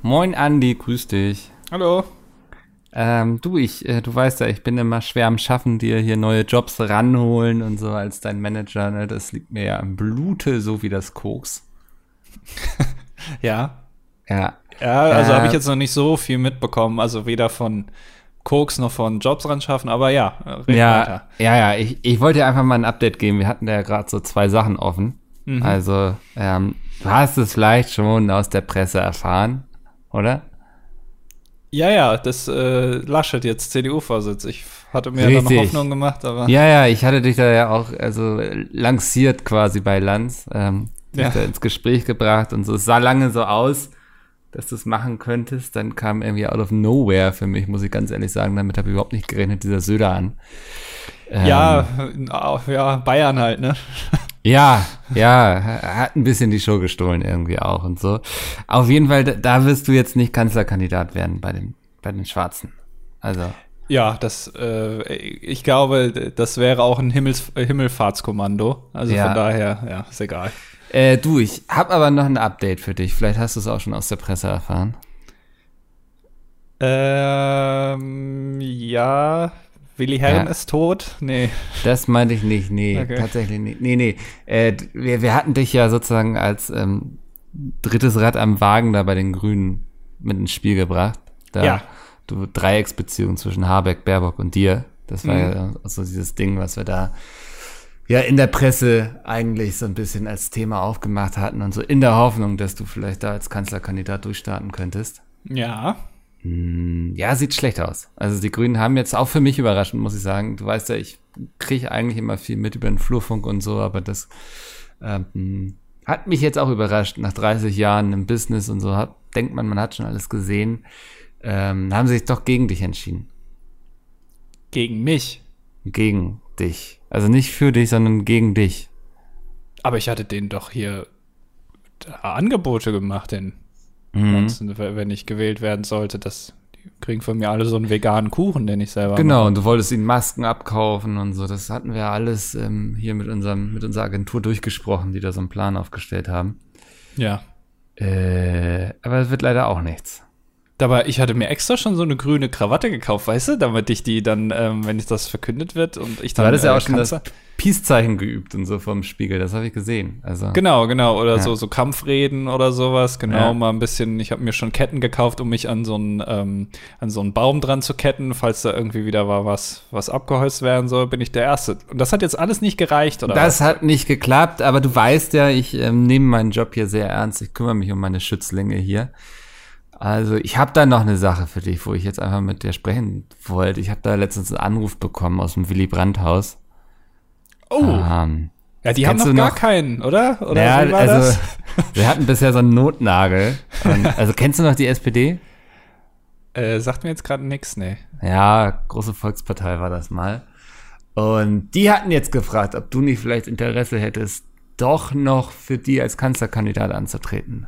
Moin Andi, grüß dich. Hallo. Du weißt ja, ich bin immer schwer am Schaffen, dir hier neue Jobs ranholen und so als dein Manager. Ne? Das liegt mir ja am Blute, so wie das Koks. Ja. Ja. Ja, also habe ich jetzt noch nicht so viel mitbekommen. Also weder von Koks noch von Jobs ran schaffen. Aber ja, red weiter. Ja. Ich wollte dir einfach mal ein Update geben. Wir hatten ja gerade so 2 Sachen offen. Mhm. Also, du hast es vielleicht schon aus der Presse erfahren, oder? Ja, das Laschet jetzt CDU-Vorsitz. Ich hatte mir da noch Hoffnung gemacht, aber. Ja, ich hatte dich da ja auch lanciert quasi bei Lanz, dich da ins Gespräch gebracht und so. Es sah lange so aus, dass du es machen könntest. Dann kam irgendwie out of nowhere für mich, muss ich ganz ehrlich sagen. Damit habe ich überhaupt nicht gerechnet, dieser Söder an. Ja, Bayern halt, ne? Ja, hat ein bisschen die Show gestohlen irgendwie auch und so. Auf jeden Fall, da wirst du jetzt nicht Kanzlerkandidat werden bei den Schwarzen. Also. Ja, ich glaube, das wäre auch ein Himmelfahrtskommando. Also von daher, ja, ist egal. Ich habe aber noch ein Update für dich. Vielleicht hast du es auch schon aus der Presse erfahren. Ja. Willi Herren ist tot? Nee. Das meinte ich nicht, nee, okay. Tatsächlich nicht. Nee. Wir hatten dich ja sozusagen als drittes Rad am Wagen da bei den Grünen mit ins Spiel gebracht. Da du Dreiecksbeziehung zwischen Habeck, Baerbock und dir. Das war ja so dieses Ding, was wir da ja in der Presse eigentlich so ein bisschen als Thema aufgemacht hatten und so in der Hoffnung, dass du vielleicht da als Kanzlerkandidat durchstarten könntest. Ja. Ja, sieht schlecht aus. Also die Grünen haben jetzt auch für mich überraschend, muss ich sagen. Du weißt ja, ich kriege eigentlich immer viel mit über den Flurfunk und so, aber das hat mich jetzt auch überrascht. Nach 30 Jahren im Business und so denkt man hat schon alles gesehen. Haben sie sich doch gegen dich entschieden. Gegen mich? Gegen dich. Also nicht für dich, sondern gegen dich. Aber ich hatte denen doch hier Angebote gemacht, wenn ich gewählt werden sollte, die kriegen von mir alle so einen veganen Kuchen, den ich selber mache. Genau, und du wolltest ihnen Masken abkaufen und so. Das hatten wir alles hier mit unserer Agentur durchgesprochen, die da so einen Plan aufgestellt haben. Ja. Aber es wird leider auch nichts. Aber ich hatte mir extra schon so eine grüne Krawatte gekauft, weißt du, damit ich die dann, wenn das verkündet wird und ich dann. Du hattest ja auch schon das Peace-Zeichen geübt und so vom Spiegel, das habe ich gesehen. Also Genau, oder so Kampfreden oder sowas, mal ein bisschen. Ich habe mir schon Ketten gekauft, um mich an so einen Baum dran zu ketten, falls da irgendwie wieder was abgeholzt werden soll, bin ich der Erste. Und das hat jetzt alles nicht gereicht, oder? Das hat nicht geklappt, aber du weißt ja, ich nehme meinen Job hier sehr ernst. Ich kümmere mich um meine Schützlinge hier. Also ich habe da noch eine Sache für dich, wo ich jetzt einfach mit dir sprechen wollte. Ich habe da letztens einen Anruf bekommen aus dem Willy-Brandt-Haus. Oh, ja, die haben noch gar keinen, oder? Oder ja, wie war das? Wir hatten bisher so einen Notnagel. Also kennst du noch die SPD? Sagt mir jetzt gerade nichts, ne. Ja, große Volkspartei war das mal. Und die hatten jetzt gefragt, ob du nicht vielleicht Interesse hättest, doch noch für die als Kanzlerkandidat anzutreten.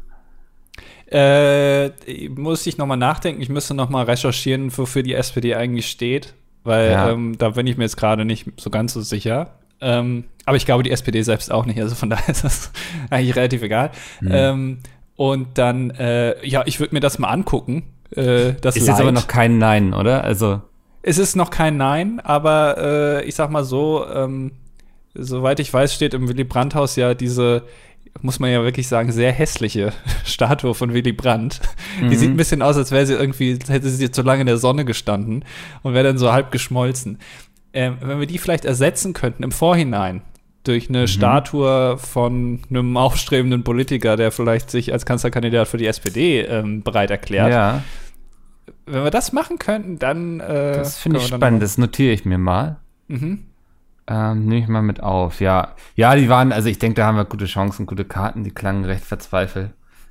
Muss ich nochmal nachdenken. Ich müsste nochmal recherchieren, wofür die SPD eigentlich steht, weil da bin ich mir jetzt gerade nicht so ganz so sicher. Aber ich glaube, die SPD selbst auch nicht, also von daher ist das eigentlich relativ egal. Und dann, ich würde mir das mal angucken. Das ist jetzt aber noch kein Nein, oder? Also es ist noch kein Nein, aber ich sag mal so, soweit ich weiß, steht im Willy-Brandt-Haus ja diese, muss man ja wirklich sagen, sehr hässliche Statue von Willy Brandt. Die sieht ein bisschen aus, als hätte sie zu lange in der Sonne gestanden und wäre dann so halb geschmolzen. Wenn wir die vielleicht ersetzen könnten im Vorhinein durch eine Statue von einem aufstrebenden Politiker, der vielleicht sich als Kanzlerkandidat für die SPD bereit erklärt. Ja. Wenn wir das machen könnten, dann das finde ich spannend, das notiere ich mir mal. Nehme ich mal mit auf, ja. Ja, die waren, also ich denke, da haben wir gute Chancen, gute Karten, die klangen recht verzweifelt.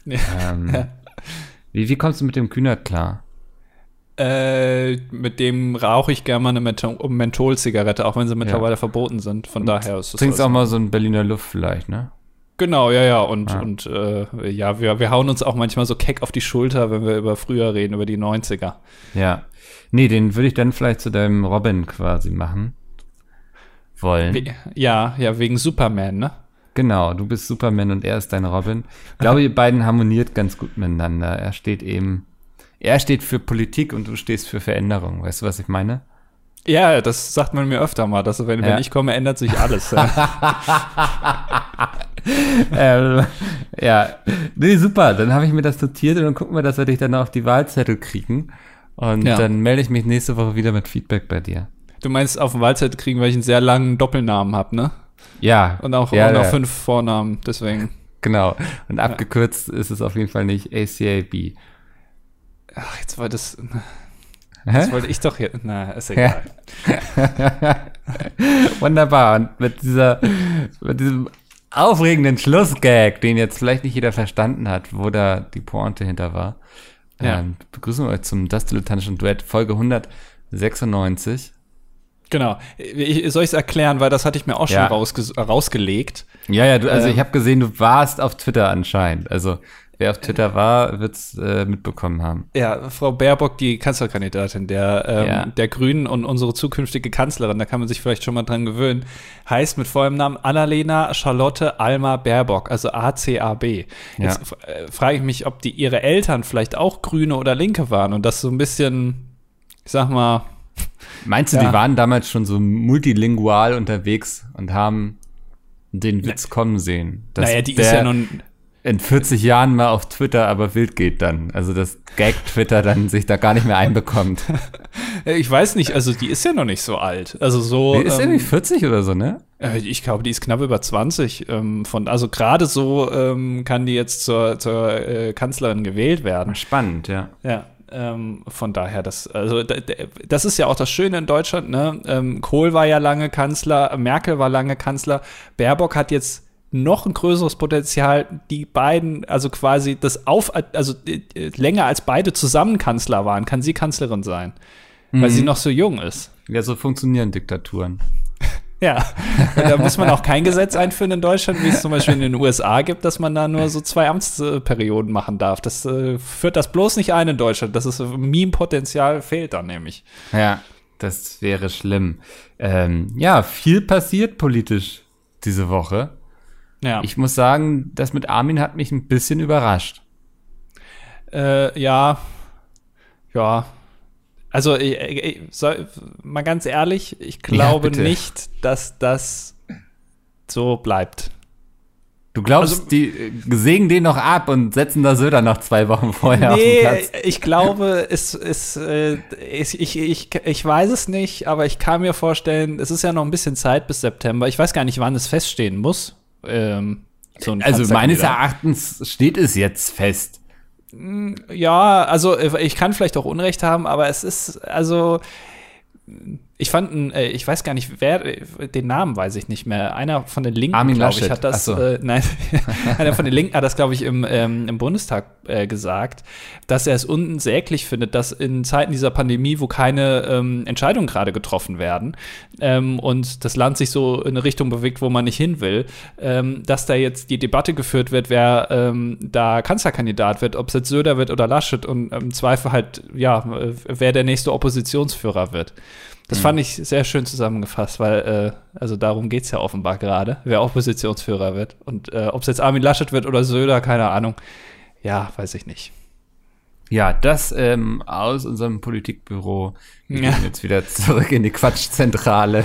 Wie kommst du mit dem Kühnert klar? Mit dem rauche ich gerne mal eine Menthol-Zigarette, auch wenn sie mittlerweile verboten sind. Von daher ist das. Trinkst auch mal so ein Berliner Luft vielleicht, ne? Genau, ja. Und wir hauen uns auch manchmal so keck auf die Schulter, wenn wir über früher reden, über die 90er. Ja. Nee, den würde ich dann vielleicht zu deinem Robin quasi machen wollen. Ja, wegen Superman, ne? Genau, du bist Superman und er ist dein Robin. Ich glaube, ihr beiden harmoniert ganz gut miteinander. Er steht für Politik und du stehst für Veränderung. Weißt du, was ich meine? Ja, das sagt man mir öfter mal, dass wenn ich komme, ändert sich alles. Ja, nee, super. Dann habe ich mir das notiert und dann gucken wir, dass wir dich dann auf die Wahlzettel kriegen. Und dann melde ich mich nächste Woche wieder mit Feedback bei dir. Du meinst, auf dem Wahlzettel kriegen, weil ich einen sehr langen Doppelnamen habe, ne? Ja. Und auch 5 Vornamen, deswegen. Genau. Und abgekürzt ist es auf jeden Fall nicht ACAB. Ach, jetzt war das... Das wollte ich doch hier. Na, ist egal. Wunderbar. Und mit diesem aufregenden Schlussgag, den jetzt vielleicht nicht jeder verstanden hat, wo da die Pointe hinter war, begrüßen wir euch zum Das Dilettantischen Duett, Folge 196. Genau. Soll ich es erklären, weil das hatte ich mir auch schon rausgelegt. Ja, also ich habe gesehen, du warst auf Twitter anscheinend. Also wer auf Twitter war, wird es mitbekommen haben. Ja, Frau Baerbock, die Kanzlerkandidatin der Grünen und unsere zukünftige Kanzlerin, da kann man sich vielleicht schon mal dran gewöhnen, heißt mit vollem Namen Annalena Charlotte Alma Baerbock, also ACAB. Jetzt frage ich mich, ob ihre Eltern vielleicht auch Grüne oder Linke waren und das so ein bisschen, ich sag mal. Meinst du, die waren damals schon so multilingual unterwegs und haben den Witz kommen sehen? Naja, die ist ja nun in 40 Jahren mal auf Twitter aber wild geht dann. Also das Gag-Twitter dann sich da gar nicht mehr einbekommt. Ich weiß nicht, also die ist ja noch nicht so alt. Also so. Ist ja nicht 40 oder so, ne? Ich glaube, die ist knapp über 20. Also gerade so kann die jetzt zur Kanzlerin gewählt werden. Spannend, ja. Ja. Von daher, das ist ja auch das Schöne in Deutschland, ne? Kohl war ja lange Kanzler, Merkel war lange Kanzler, Baerbock hat jetzt noch ein größeres Potenzial, die beiden, also quasi länger als beide zusammen Kanzler waren, kann sie Kanzlerin sein, weil sie noch so jung ist. Ja, so funktionieren Diktaturen. Ja, und da muss man auch kein Gesetz einführen in Deutschland, wie es zum Beispiel in den USA gibt, dass man da nur so 2 Amtsperioden machen darf. Das führt das bloß nicht ein in Deutschland. Das ist Meme-Potenzial fehlt dann nämlich. Ja, das wäre schlimm. Viel passiert politisch diese Woche. Ja. Ich muss sagen, das mit Armin hat mich ein bisschen überrascht. Ja. Also, mal ganz ehrlich, ich glaube nicht, dass das so bleibt. Du glaubst, die sägen den noch ab und setzen da Söder noch 2 Wochen vorher auf den Platz? Nee, ich glaube, ich weiß es nicht, aber ich kann mir vorstellen, es ist ja noch ein bisschen Zeit bis September. Ich weiß gar nicht, wann es feststehen muss. Also meines Erachtens steht es jetzt fest. Ja, also ich kann vielleicht auch Unrecht haben, aber es ist, also ich fand, ich weiß gar nicht, wer, den Namen weiß ich nicht mehr. Einer von den Linken, glaube ich, hat das, nein, einer von den Linken hat das, glaube ich, im Bundestag gesagt, dass er es unsäglich findet, dass in Zeiten dieser Pandemie, wo keine Entscheidungen gerade getroffen werden und das Land sich so in eine Richtung bewegt, wo man nicht hin will, dass da jetzt die Debatte geführt wird, wer da Kanzlerkandidat wird, ob es jetzt Söder wird oder Laschet und im Zweifel halt, wer der nächste Oppositionsführer wird. Das fand ich sehr schön zusammengefasst, weil also darum geht's ja offenbar gerade, wer Oppositionsführer wird. Und ob es jetzt Armin Laschet wird oder Söder, keine Ahnung. Ja, weiß ich nicht. Ja, das aus unserem Politikbüro. Wir gehen jetzt wieder zurück in die Quatschzentrale.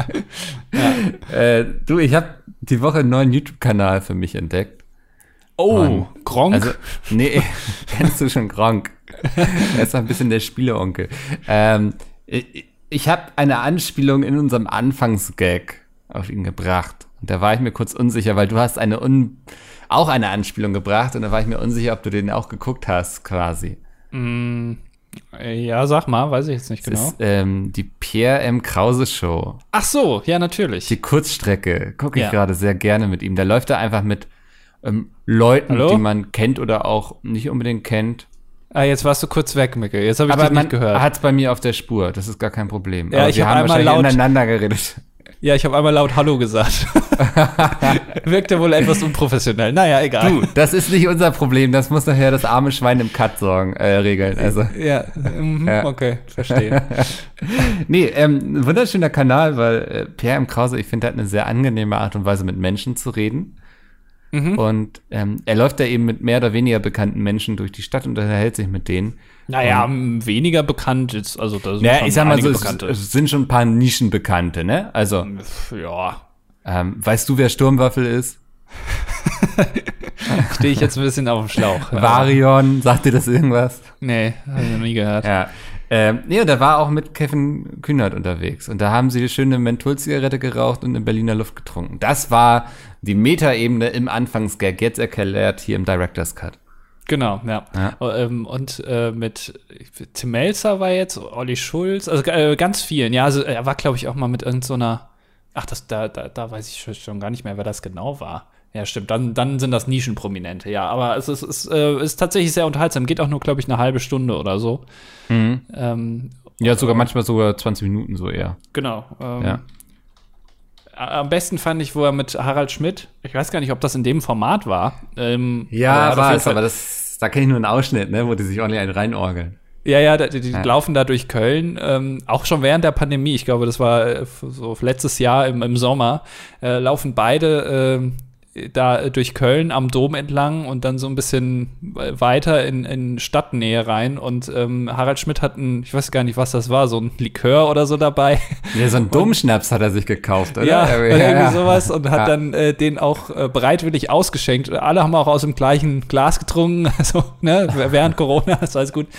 Ich habe die Woche einen neuen YouTube-Kanal für mich entdeckt. Oh, Gronkh? Also, nee, kennst du schon Gronkh? Er ist ein bisschen der Spieleonkel. Ich habe eine Anspielung in unserem Anfangsgag auf ihn gebracht. Und da war ich mir kurz unsicher, weil du hast auch eine Anspielung gebracht und da war ich mir unsicher, ob du den auch geguckt hast, quasi. Ja, sag mal, weiß ich jetzt nicht genau. Das ist die Pierre M. Krause Show. Ach so, ja, natürlich. Die Kurzstrecke gucke ich gerade sehr gerne mit ihm. Da läuft er einfach mit Leuten, die man kennt oder auch nicht unbedingt kennt. Jetzt warst du kurz weg, Mikkel. Jetzt habe ich dich nicht gehört. Aber man hat es bei mir auf der Spur. Das ist gar kein Problem. Ja, aber wir haben wahrscheinlich ineinander geredet. Ja, ich habe einmal laut Hallo gesagt. Wirkte wohl etwas unprofessionell. Naja, egal. Du, das ist nicht unser Problem. Das muss nachher das arme Schwein im Cut regeln. Also. Ja, okay, verstehe. Nee, ein wunderschöner Kanal, weil Pierre M. Krause, ich finde, hat eine sehr angenehme Art und Weise, mit Menschen zu reden. Und er läuft da eben mit mehr oder weniger bekannten Menschen durch die Stadt und unterhält sich mit denen. Naja, weniger bekannt ist, also da sind ich sag mal so, Bekannte. Es sind schon ein paar Nischenbekannte, ne? Also, ja. Weißt du, wer Sturmwaffel ist? Stehe ich jetzt ein bisschen auf dem Schlauch. Varion, sagt dir das irgendwas? Nee, habe ich noch nie gehört. Ja. Da war auch mit Kevin Kühnert unterwegs. Und da haben sie eine schöne Mentholzigarette geraucht und in Berliner Luft getrunken. Das war die Metaebene im Anfangsgag, jetzt erklärt hier im Director's Cut. Genau, ja. Und mit Tim Melzer war jetzt, Olli Schulz, also ganz vielen. Ja, also er war, glaube ich, auch mal mit irgendeiner, da weiß ich schon gar nicht mehr, wer das genau war. Ja, stimmt, dann sind das Nischenprominente, ja. Aber es ist tatsächlich sehr unterhaltsam. Geht auch nur, glaube ich, eine halbe Stunde oder so. Manchmal sogar 20 Minuten so eher. Genau. Am besten fand ich, wo er mit Harald Schmidt, ich weiß gar nicht, ob das in dem Format war. War es, aber da kenne ich nur einen Ausschnitt, ne, wo die sich ordentlich einen reinorgeln. Ja, die laufen da durch Köln, auch schon während der Pandemie, ich glaube, das war so letztes Jahr im Sommer, laufen beide da durch Köln am Dom entlang und dann so ein bisschen weiter in Stadtnähe rein und Harald Schmidt hat ich weiß gar nicht, was das war, so ein Likör oder so dabei. Ja, so ein Domschnaps hat er sich gekauft, oder? Ja, irgendwie sowas und hat dann den auch bereitwillig ausgeschenkt. Alle haben auch aus dem gleichen Glas getrunken, also ne, während Corona, das war alles gut.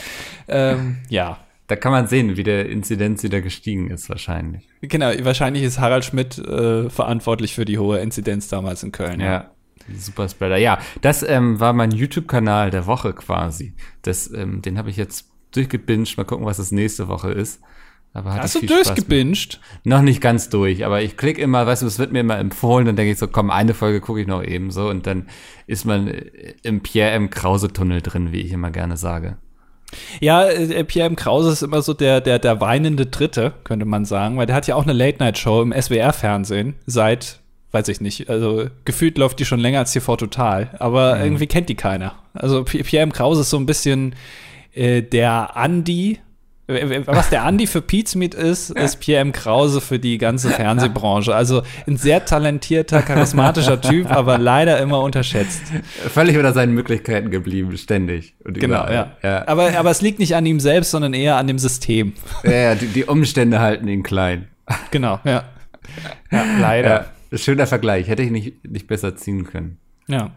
Da kann man sehen, wie der Inzidenz wieder gestiegen ist, wahrscheinlich. Genau, wahrscheinlich ist Harald Schmidt verantwortlich für die hohe Inzidenz damals in Köln. Ja, super Spreader. Ja, das war mein YouTube-Kanal der Woche quasi. Den habe ich jetzt durchgebinged. Mal gucken, was das nächste Woche ist. Aber hast du durchgebinged? Noch nicht ganz durch, aber ich klicke immer, weißt du, es wird mir immer empfohlen, dann denke ich so, komm, eine Folge gucke ich noch eben so und dann ist man im Pierre M. Krause-Tunnel drin, wie ich immer gerne sage. Ja, Pierre M. Krause ist immer so der weinende Dritte, könnte man sagen, weil der hat ja auch eine Late-Night-Show im SWR-Fernsehen seit, weiß ich nicht, also gefühlt läuft die schon länger als TV Total, aber irgendwie kennt die keiner. Also Pierre M. Krause ist so ein bisschen der Andi. Was der Andi für Pizmeet ist Pierre M. Krause für die ganze Fernsehbranche. Also ein sehr talentierter, charismatischer Typ, aber leider immer unterschätzt. Völlig unter seinen Möglichkeiten geblieben, ständig. Und genau, ja. Aber es liegt nicht an ihm selbst, sondern eher an dem System. Ja, die Umstände halten ihn klein. Genau, ja. Ja, leider. Ja, schöner Vergleich, hätte ich nicht besser ziehen können. Ja.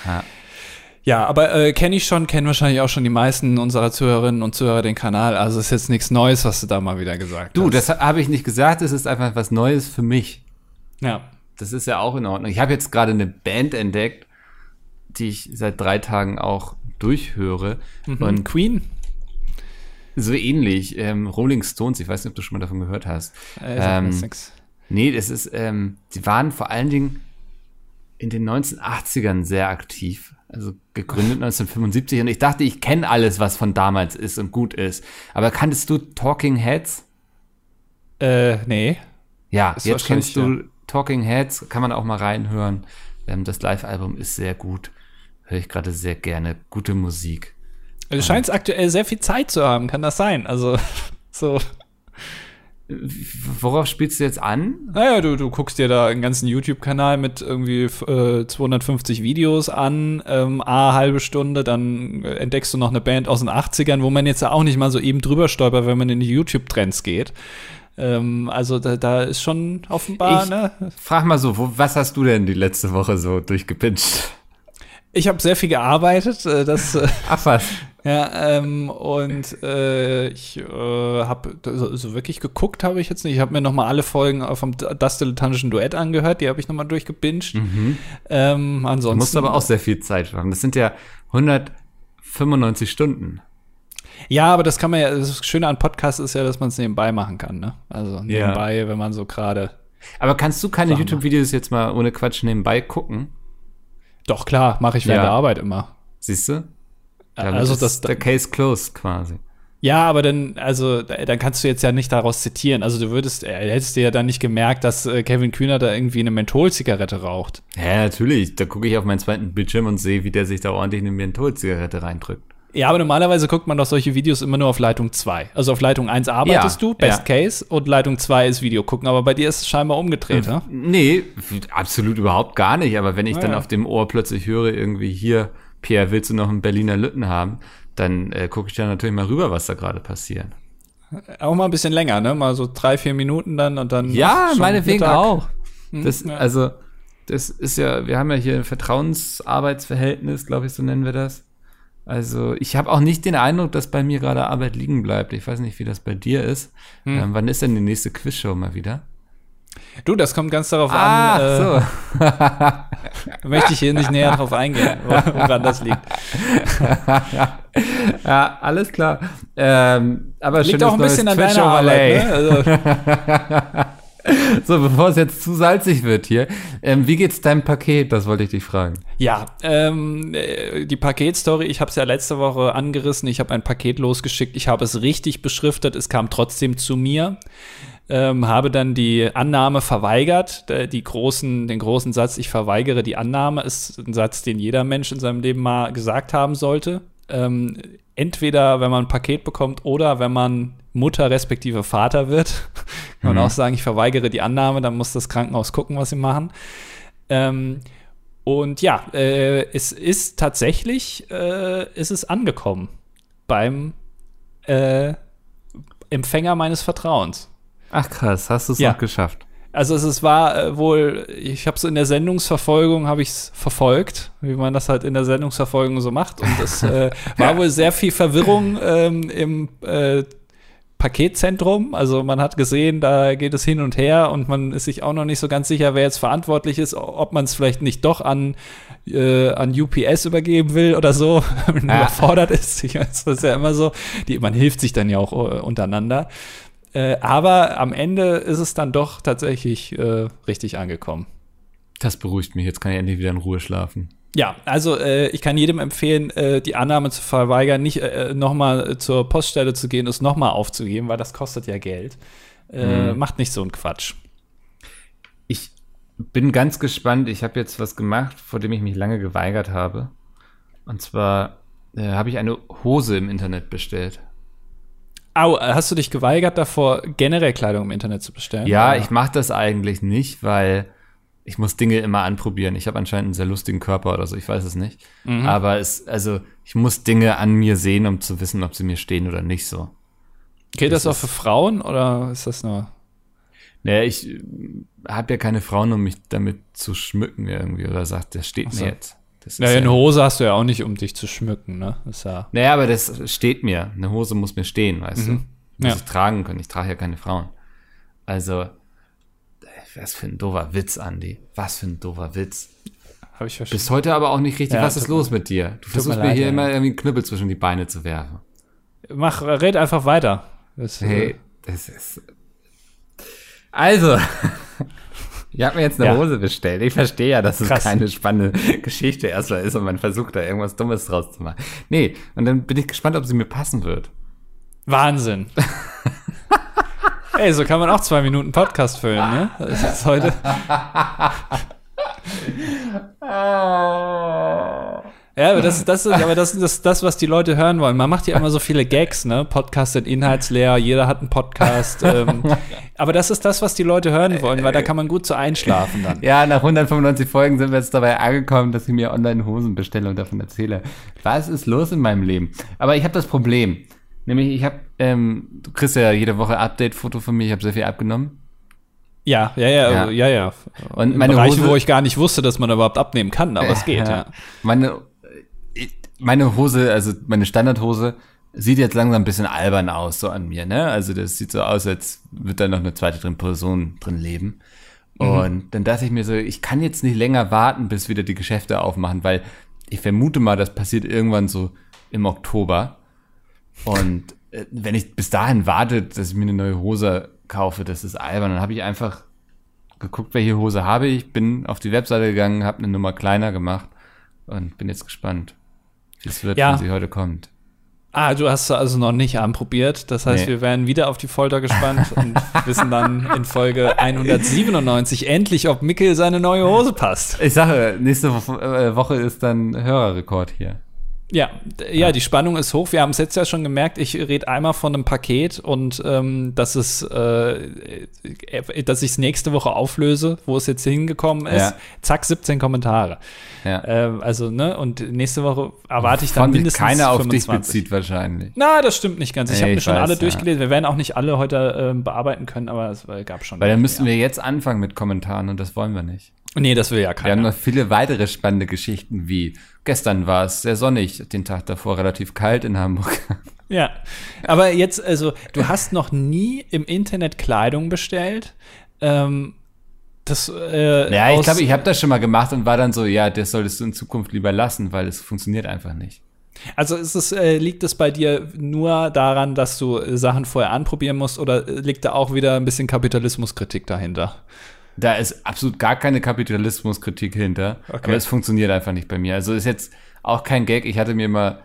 Ja, aber kennen wahrscheinlich auch schon die meisten unserer Zuhörerinnen und Zuhörer den Kanal. Also ist jetzt nichts Neues, was du da mal wieder gesagt hast. Du, das habe ich nicht gesagt. Es ist einfach was Neues für mich. Ja. Das ist ja auch in Ordnung. Ich habe jetzt gerade eine Band entdeckt, die ich seit 3 Tagen auch durchhöre. Und Queen? So ähnlich. Rolling Stones. Ich weiß nicht, ob du schon mal davon gehört hast. Nee, das ist, sie waren vor allen Dingen in den 1980ern sehr aktiv. Also gegründet 1975 und ich dachte, ich kenne alles, was von damals ist und gut ist. Aber kanntest du Talking Heads? Nee. Ja, jetzt kennst du Talking Heads, kann man auch mal reinhören. Das Live-Album ist sehr gut. Höre ich gerade sehr gerne. Gute Musik. Du scheinst aktuell sehr viel Zeit zu haben, kann das sein? Also, so. Worauf spielst du jetzt an? Naja, du guckst dir da einen ganzen YouTube-Kanal mit irgendwie 250 Videos an, halbe Stunde, dann entdeckst du noch eine Band aus den 80ern, wo man jetzt auch nicht mal so eben drüber stolpert, wenn man in die YouTube-Trends geht. Also da ist schon offenbar, ne? Frag mal so, was hast du denn die letzte Woche so durchgepitcht? Ich habe sehr viel gearbeitet. Ach was. Ja, und ich habe so wirklich geguckt habe ich jetzt nicht. Ich habe mir noch mal alle Folgen vom Das Dilettantischen Duett angehört. Die habe ich noch mal durchgebinged. Ansonsten. Du musst aber auch sehr viel Zeit haben. Das sind ja 195 Stunden. Ja, aber das kann man ja, das Schöne an Podcasts ist ja, dass man es nebenbei machen kann, ne? Also nebenbei, wenn man so gerade. Aber kannst du keine YouTube-Videos jetzt mal ohne Quatsch nebenbei gucken? Doch, klar, mache ich während der Arbeit immer. Siehst du? Also das ist der Case closed quasi. Ja, aber dann kannst du jetzt ja nicht daraus zitieren. Also du hättest dir ja dann nicht gemerkt, dass Kevin Kühnert da irgendwie eine Mentholzigarette raucht. Ja, natürlich. Da gucke ich auf meinen zweiten Bildschirm und sehe, wie der sich da ordentlich eine Mentholzigarette reindrückt. Ja, aber normalerweise guckt man doch solche Videos immer nur auf Leitung 2. Also auf Leitung 1 arbeitest du, Best Case, und Leitung 2 ist Video gucken. Aber bei dir ist es scheinbar umgedreht, ne? Nee, absolut überhaupt gar nicht. Aber wenn ich dann auf dem Ohr plötzlich höre, irgendwie hier, Pierre, willst du noch einen Berliner Lütten haben? Dann gucke ich da natürlich mal rüber, was da gerade passiert. Auch mal ein bisschen länger, ne? Mal so 3-4 Minuten dann und dann. Ja, meinetwegen auch. Also, das ist ja, wir haben ja hier ein Vertrauensarbeitsverhältnis, glaube ich, so nennen wir das. Also, ich habe auch nicht den Eindruck, dass bei mir gerade Arbeit liegen bleibt. Ich weiß nicht, wie das bei dir ist. Wann ist denn die nächste Quizshow mal wieder? Du, das kommt ganz darauf an. So. Möchte ich hier nicht näher drauf eingehen, woran das liegt. Ja, alles klar. Aber liegt auch ein bisschen an deiner Arbeit, ne? Also. So, bevor es jetzt zu salzig wird hier, wie geht's deinem Paket? Das wollte ich dich fragen. Ja, die Paketstory, ich habe es ja letzte Woche angerissen. Ich habe ein Paket losgeschickt. Ich habe es richtig beschriftet. Es kam trotzdem zu mir. Habe dann die Annahme verweigert. Den großen Satz, ich verweigere die Annahme, ist ein Satz, den jeder Mensch in seinem Leben mal gesagt haben sollte. Entweder, wenn man ein Paket bekommt oder wenn man Mutter respektive Vater wird. Kann man auch sagen, ich verweigere die Annahme, dann muss das Krankenhaus gucken, was sie machen. Und ja, es ist tatsächlich, ist es angekommen beim Empfänger meines Vertrauens. Ach krass, hast du es noch geschafft? Also es war wohl, ich habe es in der Sendungsverfolgung, habe ich es verfolgt, wie man das halt in der Sendungsverfolgung so macht. Und es war wohl sehr viel Verwirrung im Paketzentrum. Also man hat gesehen, da geht es hin und her und man ist sich auch noch nicht so ganz sicher, wer jetzt verantwortlich ist, ob man es vielleicht nicht doch an UPS übergeben will oder so, wenn man überfordert ist. Das ist ja immer so. Man hilft sich dann ja auch untereinander. Aber am Ende ist es dann doch tatsächlich richtig angekommen. Das beruhigt mich. Jetzt kann ich endlich wieder in Ruhe schlafen. Ja, also ich kann jedem empfehlen, die Annahme zu verweigern, nicht nochmal zur Poststelle zu gehen, es nochmal aufzugeben, weil das kostet ja Geld. Macht nicht so einen Quatsch. Ich bin ganz gespannt. Ich habe jetzt was gemacht, vor dem ich mich lange geweigert habe. Und zwar habe ich eine Hose im Internet bestellt. Hast du dich geweigert davor, generell Kleidung im Internet zu bestellen? Ja, ich mache das eigentlich nicht, weil ich muss Dinge immer anprobieren. Ich habe anscheinend einen sehr lustigen Körper oder so, ich weiß es nicht. Aber ich muss Dinge an mir sehen, um zu wissen, ob sie mir stehen oder nicht so. Gilt das auch für Frauen oder ist das nur? Naja, ich habe ja keine Frauen, um mich damit zu schmücken irgendwie oder sagt, das steht mir jetzt. Naja, eine Hose hast du ja auch nicht, um dich zu schmücken, ne? Ist ja. Naja, aber das steht mir. Eine Hose muss mir stehen, weißt du? Muss ich tragen können. Ich trage ja keine Frauen. Also, was für ein doofer Witz, Andi. Was für ein doofer Witz. Hab ich verstanden. Bis heute aber auch nicht richtig. Was ist los mit dir? Du versuchst mir hier immer irgendwie einen Knüppel zwischen die Beine zu werfen. Red einfach weiter. Das ist. Also. Ich habe mir jetzt eine Hose bestellt. Ich verstehe ja, dass es keine spannende Geschichte erstmal ist und man versucht, da irgendwas Dummes draus zu machen. Nee, und dann bin ich gespannt, ob sie mir passen wird. Wahnsinn. Ey, so kann man auch 2 Minuten Podcast füllen, ne? Das ist heute. Ja, aber das ist das, was die Leute hören wollen. Man macht ja immer so viele Gags, ne? Podcasts sind inhaltsleer, jeder hat einen Podcast. Aber das ist das, was die Leute hören wollen, weil da kann man gut so einschlafen dann. Ja, nach 195 Folgen sind wir jetzt dabei angekommen, dass ich mir online Hosen bestelle und davon erzähle. Was ist los in meinem Leben? Aber ich habe das Problem. Nämlich, du kriegst ja jede Woche Update-Foto von mir, ich habe sehr viel abgenommen. Ja. Und in Bereichen, wo ich gar nicht wusste, dass man überhaupt abnehmen kann, aber es geht, ja. Meine Hose, also meine Standardhose, sieht jetzt langsam ein bisschen albern aus, so an mir, ne? Also das sieht so aus, als würde da noch eine zweite Person drin leben. Und dann dachte ich mir so, ich kann jetzt nicht länger warten, bis wieder die Geschäfte aufmachen, weil ich vermute mal, das passiert irgendwann so im Oktober. Und wenn ich bis dahin warte, dass ich mir eine neue Hose kaufe, das ist albern. Dann habe ich einfach geguckt, welche Hose habe ich, bin auf die Webseite gegangen, habe eine Nummer kleiner gemacht und bin jetzt gespannt, wie es wird, wenn sie heute kommt. Du hast also noch nicht anprobiert. Das heißt, wir werden wieder auf die Folter gespannt und wissen dann in Folge 197 endlich, ob Mikkel seine neue Hose passt. Ich sage, nächste Woche ist dann Hörerrekord hier. Die Spannung ist hoch. Wir haben es jetzt ja schon gemerkt, ich rede einmal von einem Paket und dass ich es nächste Woche auflöse, wo es jetzt hingekommen ist. Zack, 17 Kommentare. Und nächste Woche erwarte ich dann mindestens keiner 25. auf dich bezieht wahrscheinlich. Na, das stimmt nicht ganz. Ich habe mir schon alle durchgelesen. Wir werden auch nicht alle heute bearbeiten können, aber es gab schon. Weil dann müssten wir jetzt anfangen mit Kommentaren und das wollen wir nicht. Nee, das will ja keiner. Wir haben noch viele weitere spannende Geschichten, wie gestern war es sehr sonnig, den Tag davor relativ kalt in Hamburg. Ja, aber jetzt, also du hast noch nie im Internet Kleidung bestellt. Ich glaube, ich habe das schon mal gemacht und war dann so, ja, das solltest du in Zukunft lieber lassen, weil es funktioniert einfach nicht. Also liegt es bei dir nur daran, dass du Sachen vorher anprobieren musst oder liegt da auch wieder ein bisschen Kapitalismuskritik dahinter? Da ist absolut gar keine Kapitalismuskritik hinter, aber es funktioniert einfach nicht bei mir. Also ist jetzt auch kein Gag. Ich hatte mir mal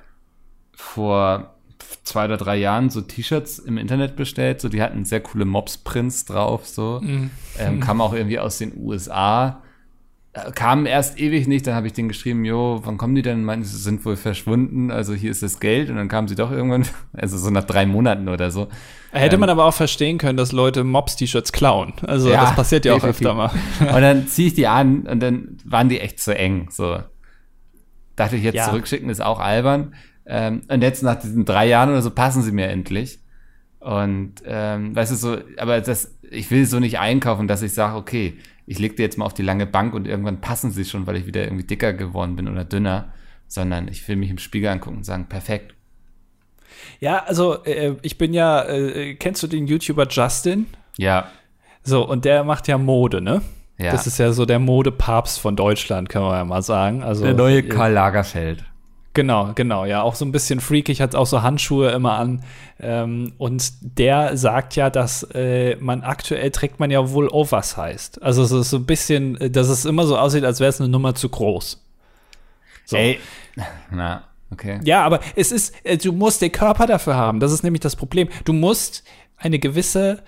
vor 2 oder 3 Jahren so T-Shirts im Internet bestellt. So, die hatten sehr coole Mops-Prints drauf. So, kamen auch irgendwie aus den USA. Kamen erst ewig nicht. Dann habe ich denen geschrieben, wann kommen die denn? Meinten, sie sind wohl verschwunden. Also hier ist das Geld. Und dann kamen sie doch irgendwann, also so nach 3 Monaten oder so. Hätte man aber auch verstehen können, dass Leute Mops-T-Shirts klauen. Also das passiert ja auch öfter mal. Und dann ziehe ich die an und dann waren die echt zu eng. So dachte ich, jetzt zurückschicken ist auch albern. Und jetzt nach diesen 3 Jahren oder so passen sie mir endlich. Und weißt du so, aber ich will so nicht einkaufen, dass ich sage, okay, ich lege die jetzt mal auf die lange Bank und irgendwann passen sie schon, weil ich wieder irgendwie dicker geworden bin oder dünner, sondern ich will mich im Spiegel angucken und sagen, perfekt. Ja, also ich bin kennst du den YouTuber Justin? Ja. So, und der macht ja Mode, ne? Ja. Das ist ja so der Modepapst von Deutschland, kann man ja mal sagen. Also, der neue Karl Lagerfeld. Genau, ja, auch so ein bisschen freakig, hat auch so Handschuhe immer an. Und der sagt ja, dass aktuell trägt man ja wohl oversized. Also es ist so ein bisschen, dass es immer so aussieht, als wäre es eine Nummer zu groß. So. Ey, na, okay. Ja, aber es ist, du musst den Körper dafür haben. Das ist nämlich das Problem. Du musst eine gewisse,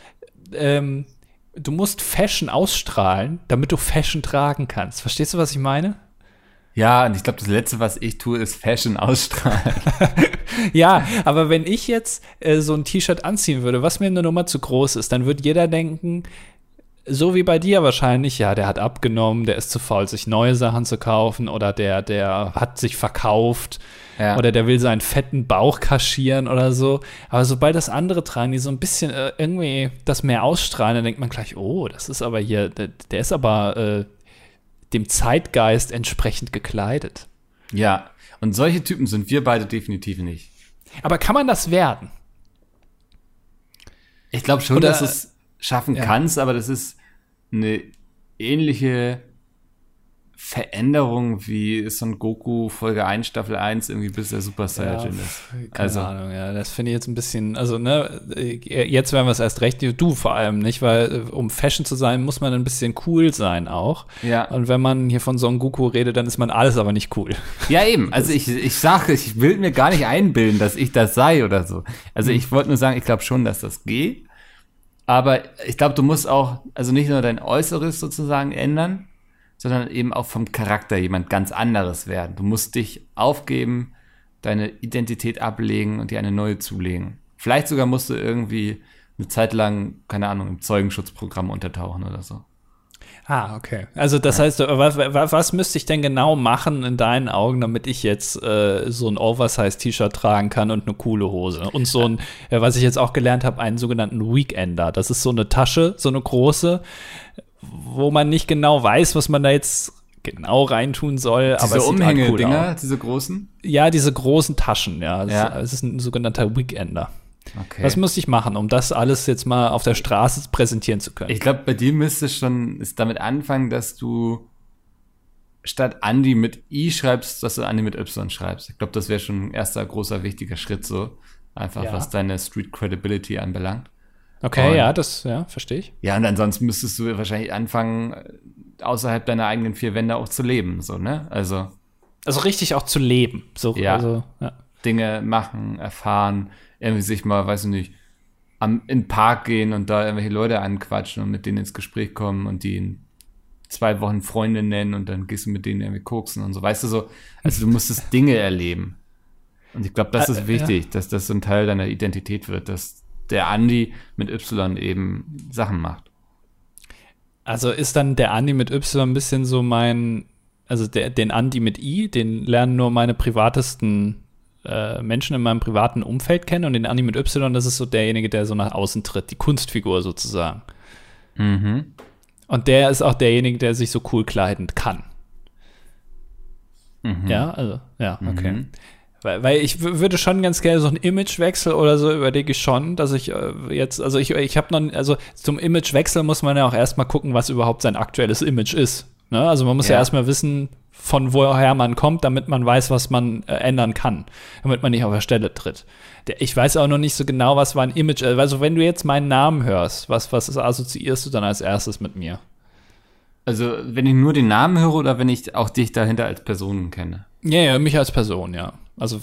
du musst Fashion ausstrahlen, damit du Fashion tragen kannst. Verstehst du, was ich meine? Ja, und ich glaube, das Letzte, was ich tue, ist Fashion ausstrahlen. Ja, aber wenn ich jetzt so ein T-Shirt anziehen würde, was mir eine Nummer zu groß ist, dann würde jeder denken, so wie bei dir wahrscheinlich, ja, der hat abgenommen, der ist zu faul, sich neue Sachen zu kaufen oder der hat sich verkauft oder der will seinen fetten Bauch kaschieren oder so. Aber sobald das andere tragen, die so ein bisschen irgendwie das mehr ausstrahlen, dann denkt man gleich, oh, das ist aber hier, der ist aber dem Zeitgeist entsprechend gekleidet. Ja, und solche Typen sind wir beide definitiv nicht. Aber kann man das werden? Ich glaube schon, dass du es schaffen kannst, aber das ist eine ähnliche Veränderung wie Son Goku Folge 1, Staffel 1, irgendwie bis der Super Saiyajin ist. Keine Ahnung, das finde ich jetzt ein bisschen, also jetzt werden wir es erst recht, du vor allem nicht, weil um Fashion zu sein, muss man ein bisschen cool sein auch. Ja. Und wenn man hier von Son Goku redet, dann ist man alles aber nicht cool. Ja, eben, also ich will mir gar nicht einbilden, dass ich das sei oder so. Also ich wollte nur sagen, ich glaube schon, dass das geht, aber ich glaube, du musst auch, also nicht nur dein Äußeres sozusagen ändern, sondern eben auch vom Charakter jemand ganz anderes werden. Du musst dich aufgeben, deine Identität ablegen und dir eine neue zulegen. Vielleicht sogar musst du irgendwie eine Zeit lang, keine Ahnung, im Zeugenschutzprogramm untertauchen oder so. Ah, okay. Also das heißt, was müsste ich denn genau machen in deinen Augen, damit ich jetzt so ein Oversize-T-Shirt tragen kann und eine coole Hose? Und so ein, was ich jetzt auch gelernt habe, einen sogenannten Weekender. Das ist so eine Tasche, so eine große, wo man nicht genau weiß, was man da jetzt genau reintun soll. Diese Umhänge-Dinger, halt cool, diese großen? Ja, diese großen Taschen, ja. Es ist ein sogenannter Weekender. Okay. Was muss ich machen, um das alles jetzt mal auf der Straße präsentieren zu können? Ich glaube, bei dir müsste es damit anfangen, dass du statt Andi mit I schreibst, dass du Andi mit Y schreibst. Ich glaube, das wäre schon ein erster großer, wichtiger Schritt so. Einfach, was deine Street Credibility anbelangt. Okay, verstehe ich. Ja, und ansonsten müsstest du wahrscheinlich anfangen, außerhalb deiner eigenen 4 Wände auch zu leben, so, ne? Also richtig auch zu leben. So, Dinge machen, erfahren, irgendwie sich mal, weiß ich nicht, in den Park gehen und da irgendwelche Leute anquatschen und mit denen ins Gespräch kommen und die in 2 Wochen Freunde nennen und dann gehst du mit denen irgendwie koksen und so, weißt du so. Also du musstest Dinge erleben. Und ich glaube, das ist wichtig, dass das so ein Teil deiner Identität wird, dass der Andi mit Y eben Sachen macht. Also ist dann der Andi mit Y ein bisschen so also den Andi mit I, den lernen nur meine privatesten Menschen in meinem privaten Umfeld kennen, und den Andi mit Y, das ist so derjenige, der so nach außen tritt, die Kunstfigur sozusagen. Mhm. Und der ist auch derjenige, der sich so cool kleiden kann. Mhm. Ja, also, ja, okay. Mhm. Weil ich würde schon ganz gerne so einen Imagewechsel oder so, überlege ich schon, dass ich ich habe noch, also zum Imagewechsel muss man ja auch erstmal gucken, was überhaupt sein aktuelles Image ist. Ne? Also man muss ja erstmal wissen, von woher man kommt, damit man weiß, was man ändern kann, damit man nicht auf der Stelle tritt. Ich weiß auch noch nicht so genau, was war ein Image. Also wenn du jetzt meinen Namen hörst, was assoziierst du dann als erstes mit mir? Also wenn ich nur den Namen höre oder wenn ich auch dich dahinter als Person kenne? Ja, mich als Person, ja. Also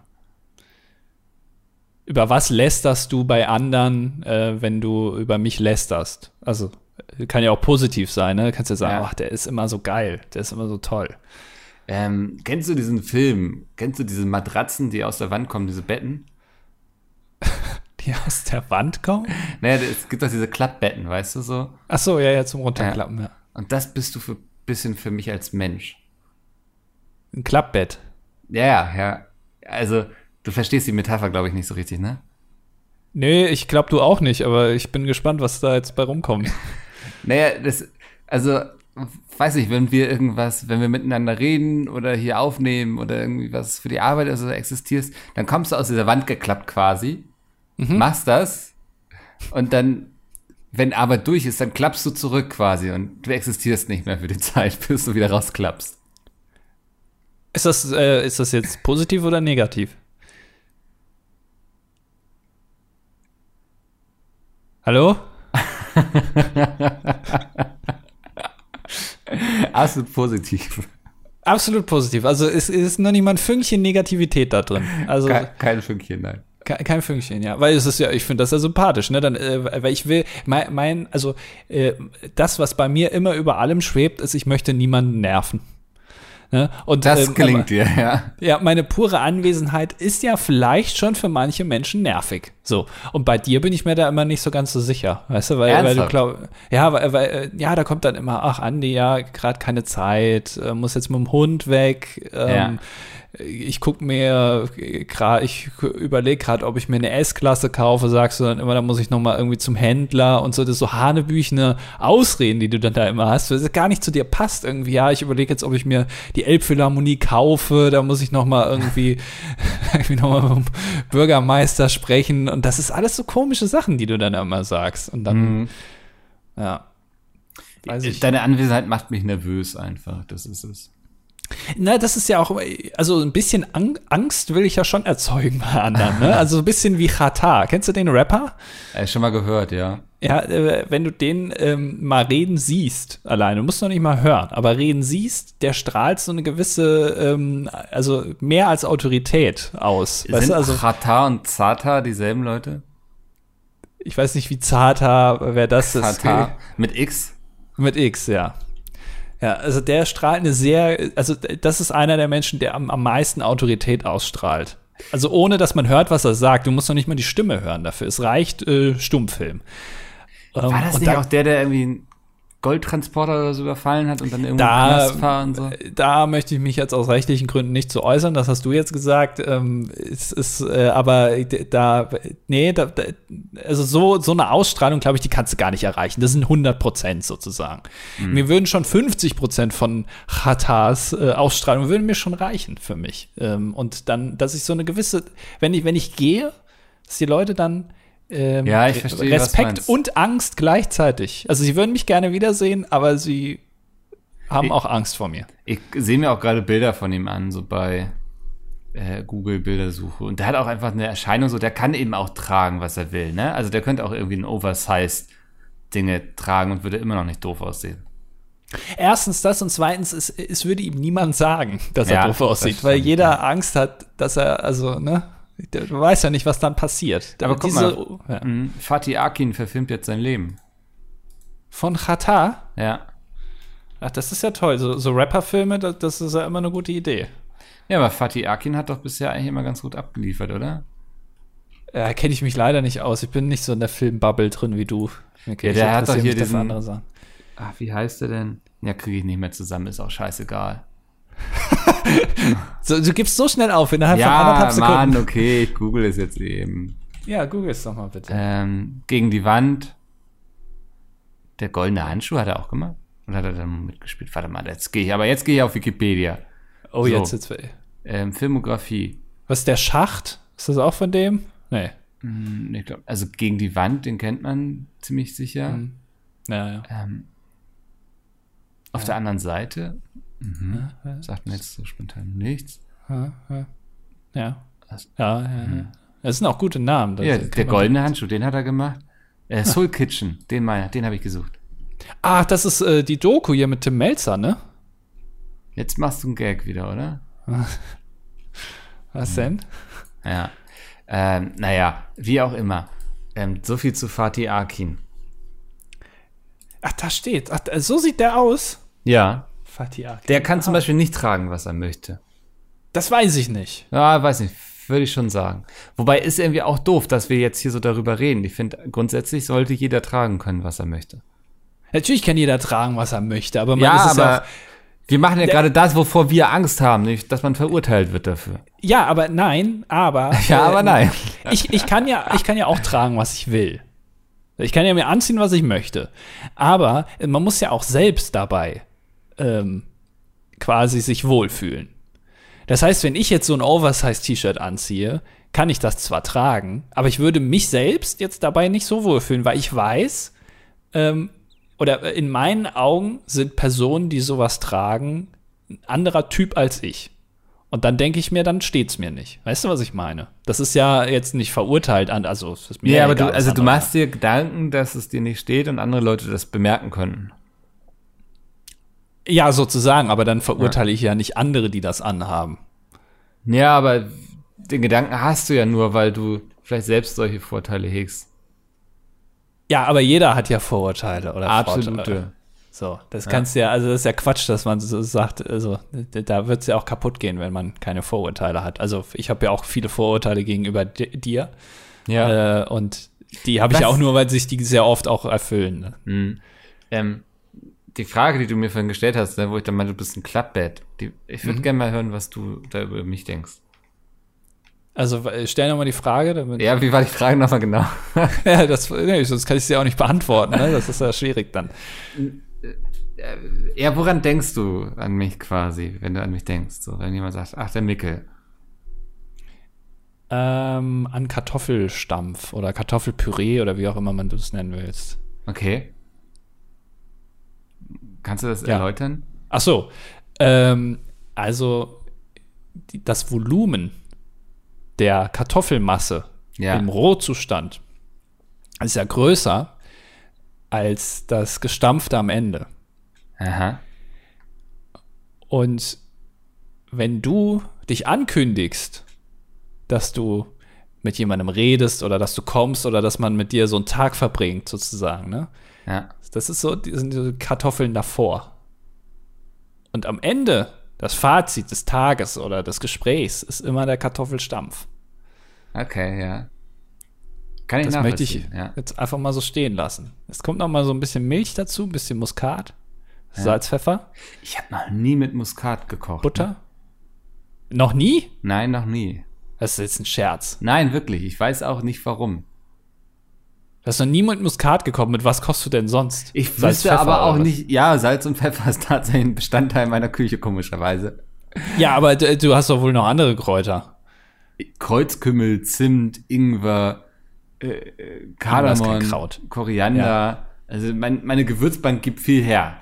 über was lästerst du bei anderen, wenn du über mich lästerst? Also kann ja auch positiv sein, ne? Du kannst ja sagen, ach, der ist immer so geil, der ist immer so toll. Kennst du diesen Film? Kennst du diese Matratzen, die aus der Wand kommen, diese Betten? Die aus der Wand kommen? Naja, es gibt doch diese Klappbetten, weißt du so? Ach so, ja, zum Runterklappen, ja. Und das bist du bisschen für mich als Mensch. Ein Klappbett? Ja. Also, du verstehst die Metapher, glaube ich, nicht so richtig, ne? Nee, ich glaube, du auch nicht, aber ich bin gespannt, was da jetzt bei rumkommt. Naja, weiß ich, wenn wir miteinander reden oder hier aufnehmen oder irgendwie was für die Arbeit also existierst, dann kommst du aus dieser Wand geklappt quasi, machst das und dann, wenn Arbeit durch ist, dann klappst du zurück quasi und du existierst nicht mehr für die Zeit, bis du wieder rausklappst. Ist das jetzt positiv oder negativ? Hallo? Absolut positiv. Absolut positiv. Also es ist noch nicht mal ein Fünkchen Negativität da drin. Also kein Fünkchen, nein. Kein Fünkchen, ja. Weil es ist ja, ich finde das ja sympathisch, ne? Dann, weil ich will, das, was bei mir immer über allem schwebt, ist, ich möchte niemanden nerven. Ne? Und, das gelingt dir, ja. Ja, meine pure Anwesenheit ist ja vielleicht schon für manche Menschen nervig. So. Und bei dir bin ich mir da immer nicht so ganz so sicher. Weißt du, weil du glaubst, ja, da kommt dann immer, ach, Andi, ja, gerade keine Zeit, muss jetzt mit dem Hund weg, ich überlege gerade, ob ich mir eine S-Klasse kaufe, sagst du dann immer, da muss ich nochmal irgendwie zum Händler und so, das ist so hanebüchene Ausreden, die du dann da immer hast, weil es gar nicht zu dir passt irgendwie, ja, ich überlege jetzt, ob ich mir die Elbphilharmonie kaufe, da muss ich nochmal irgendwie nochmal mit dem Bürgermeister sprechen und das ist alles so komische Sachen, die du dann immer sagst und dann, ja. Deine Anwesenheit macht mich nervös einfach, das ist es. Na, das ist ja auch, also ein bisschen Angst will ich ja schon erzeugen bei anderen, ne? Also ein bisschen wie Xatar. Kennst du den Rapper? Schon mal gehört, ja. Ja, wenn du den mal reden siehst, alleine, du musst noch nicht mal hören, aber reden siehst, der strahlt so eine gewisse, also mehr als Autorität aus. Sind Xatar und Xatar dieselben Leute? Ich weiß nicht, wie Xatar, wer das ist. Xatar mit X? Mit X, ja. Ja, also der strahlt das ist einer der Menschen, der am meisten Autorität ausstrahlt. Also ohne, dass man hört, was er sagt. Du musst noch nicht mal die Stimme hören dafür. Es reicht Stummfilm. War das nicht auch der irgendwie einen Goldtransporter oder so überfallen hat und dann irgendwo Knast war und so? Da möchte ich mich jetzt aus rechtlichen Gründen nicht zu äußern. Das hast du jetzt gesagt. Also so eine Ausstrahlung, glaube ich, die kannst du gar nicht erreichen. Das sind 100% sozusagen. Mir würden schon 50% von Xatars Ausstrahlung würden mir schon reichen für mich. Und dann, dass ich so eine gewisse, wenn ich gehe, dass die Leute dann ich verstehe, Respekt und Angst gleichzeitig. Also sie würden mich gerne wiedersehen, aber sie haben auch Angst vor mir. Ich sehe mir auch gerade Bilder von ihm an, so bei Google Bildersuche. Und der hat auch einfach eine Erscheinung, so der kann eben auch tragen, was er will. Ne? Also der könnte auch irgendwie ein Oversized Dinge tragen und würde immer noch nicht doof aussehen. Erstens das und zweitens, es würde ihm niemand sagen, dass er doof aussieht, weil jeder Angst hat, dass er, also, ne? Du weißt ja nicht, was dann passiert. Aber guck mal, Fatih Akin verfilmt jetzt sein Leben. Von Xatar? Ja. Ach, das ist ja toll. So Rapper-Filme, das ist ja immer eine gute Idee. Ja, aber Fatih Akin hat doch bisher eigentlich immer ganz gut abgeliefert, oder? Kenne ich mich leider nicht aus. Ich bin nicht so in der Filmbubble drin wie du. Okay, der hat doch hier diesen andere Sachen. Ach, wie heißt der denn? Ja, kriege ich nicht mehr zusammen, ist auch scheißegal. So, du gibst so schnell auf innerhalb von anderthalb Sekunden. Ja, Mann, okay, ich google es jetzt eben. Ja, google es doch mal bitte. Gegen die Wand. Der goldene Handschuh hat er auch gemacht? Oder hat er dann mitgespielt? Warte mal, jetzt gehe ich auf Wikipedia. Oh, so. Jetzt. Filmografie. Was ist der Schacht? Ist das auch von dem? Nee. Ich glaube, also gegen die Wand, den kennt man ziemlich sicher. Ja. Auf der anderen Seite sagt mir jetzt so spontan nichts. Ja. Das sind auch gute Namen. Ja, der goldene Handschuh, den hat er gemacht. Soul Kitchen, den habe ich gesucht. Ach, das ist die Doku hier mit Tim Melzer, ne? Jetzt machst du einen Gag wieder, oder? Was denn? Ja. Naja, wie auch immer. So viel zu Fatih Akin. Ach, da steht. Ach, so sieht der aus? Ja. Fatih Akin. Der kann zum Beispiel nicht tragen, was er möchte. Das weiß ich nicht. Ja, weiß nicht. Würde ich schon sagen. Wobei ist irgendwie auch doof, dass wir jetzt hier so darüber reden. Ich finde, grundsätzlich sollte jeder tragen können, was er möchte. Natürlich kann jeder tragen, was er möchte, aber wir machen ja gerade das, wovor wir Angst haben, nicht, dass man verurteilt wird dafür. Ja, aber nein. Ich kann ja auch tragen, was ich will. Ich kann ja mir anziehen, was ich möchte. Aber man muss ja auch selbst dabei quasi sich wohlfühlen. Das heißt, wenn ich jetzt so ein Oversize-T-Shirt anziehe, kann ich das zwar tragen, aber ich würde mich selbst jetzt dabei nicht so wohlfühlen, weil ich weiß, oder in meinen Augen sind Personen, die sowas tragen, ein anderer Typ als ich. Und dann denke ich mir, dann steht's mir nicht. Weißt du, was ich meine? Das ist ja jetzt nicht verurteilt an, also es ist mir ja, aber du machst dir Gedanken, dass es dir nicht steht und andere Leute das bemerken können. Ja, sozusagen, aber dann verurteile ich ja nicht andere, die das anhaben. Ja, aber den Gedanken hast du ja nur, weil du vielleicht selbst solche Vorteile hegst. Ja, aber jeder hat ja Vorurteile oder absolute. Vorteile. So, das kannst ja, also das ist ja Quatsch, dass man so sagt, also da wird es ja auch kaputt gehen, wenn man keine Vorurteile hat. Also ich habe ja auch viele Vorurteile gegenüber dir. Ja. Und die habe ich ja auch nur, weil sich die sehr oft auch erfüllen. Ne? Die Frage, die du mir vorhin gestellt hast, wo ich dann meinte, du bist ein Klappbett. Ich würde gerne mal hören, was du da über mich denkst. Also stell nochmal die Frage. Ja, wie war die Frage nochmal genau? Ja, sonst kann ich sie ja auch nicht beantworten. Ne? Das ist ja schwierig dann. Ja, woran denkst du an mich quasi, wenn du an mich denkst? So, wenn jemand sagt, ach, der Mickel. An Kartoffelstampf oder Kartoffelpüree oder wie auch immer man das nennen willst. Okay. Kannst du das erläutern? Ach so. Also das Volumen der Kartoffelmasse im Rohzustand ist ja größer als das Gestampfte am Ende. Aha. Und wenn du dich ankündigst, dass du mit jemandem redest oder dass du kommst oder dass man mit dir so einen Tag verbringt, sozusagen, ne? Ja. Das ist so, die sind diese Kartoffeln davor. Und am Ende, das Fazit des Tages oder des Gesprächs ist immer der Kartoffelstampf. Okay, ja. Kann ich das möchte ich jetzt einfach mal so stehen lassen. Es kommt noch mal so ein bisschen Milch dazu, ein bisschen Muskat, Salz, Pfeffer. Ich habe noch nie mit Muskat gekocht. Butter? Ne? Noch nie? Nein, noch nie. Das ist jetzt ein Scherz. Nein, wirklich. Ich weiß auch nicht, warum. Du hast noch nie mit Muskat gekocht. Mit was kochst du denn sonst? Ich wüsste aber auch nicht. Ja, Salz und Pfeffer ist tatsächlich ein Bestandteil meiner Küche, komischerweise. Ja, aber du hast doch wohl noch andere Kräuter. Kreuzkümmel, Zimt, Ingwer, Kardamom, Koriander. Ja. Also meine Gewürzbank gibt viel her.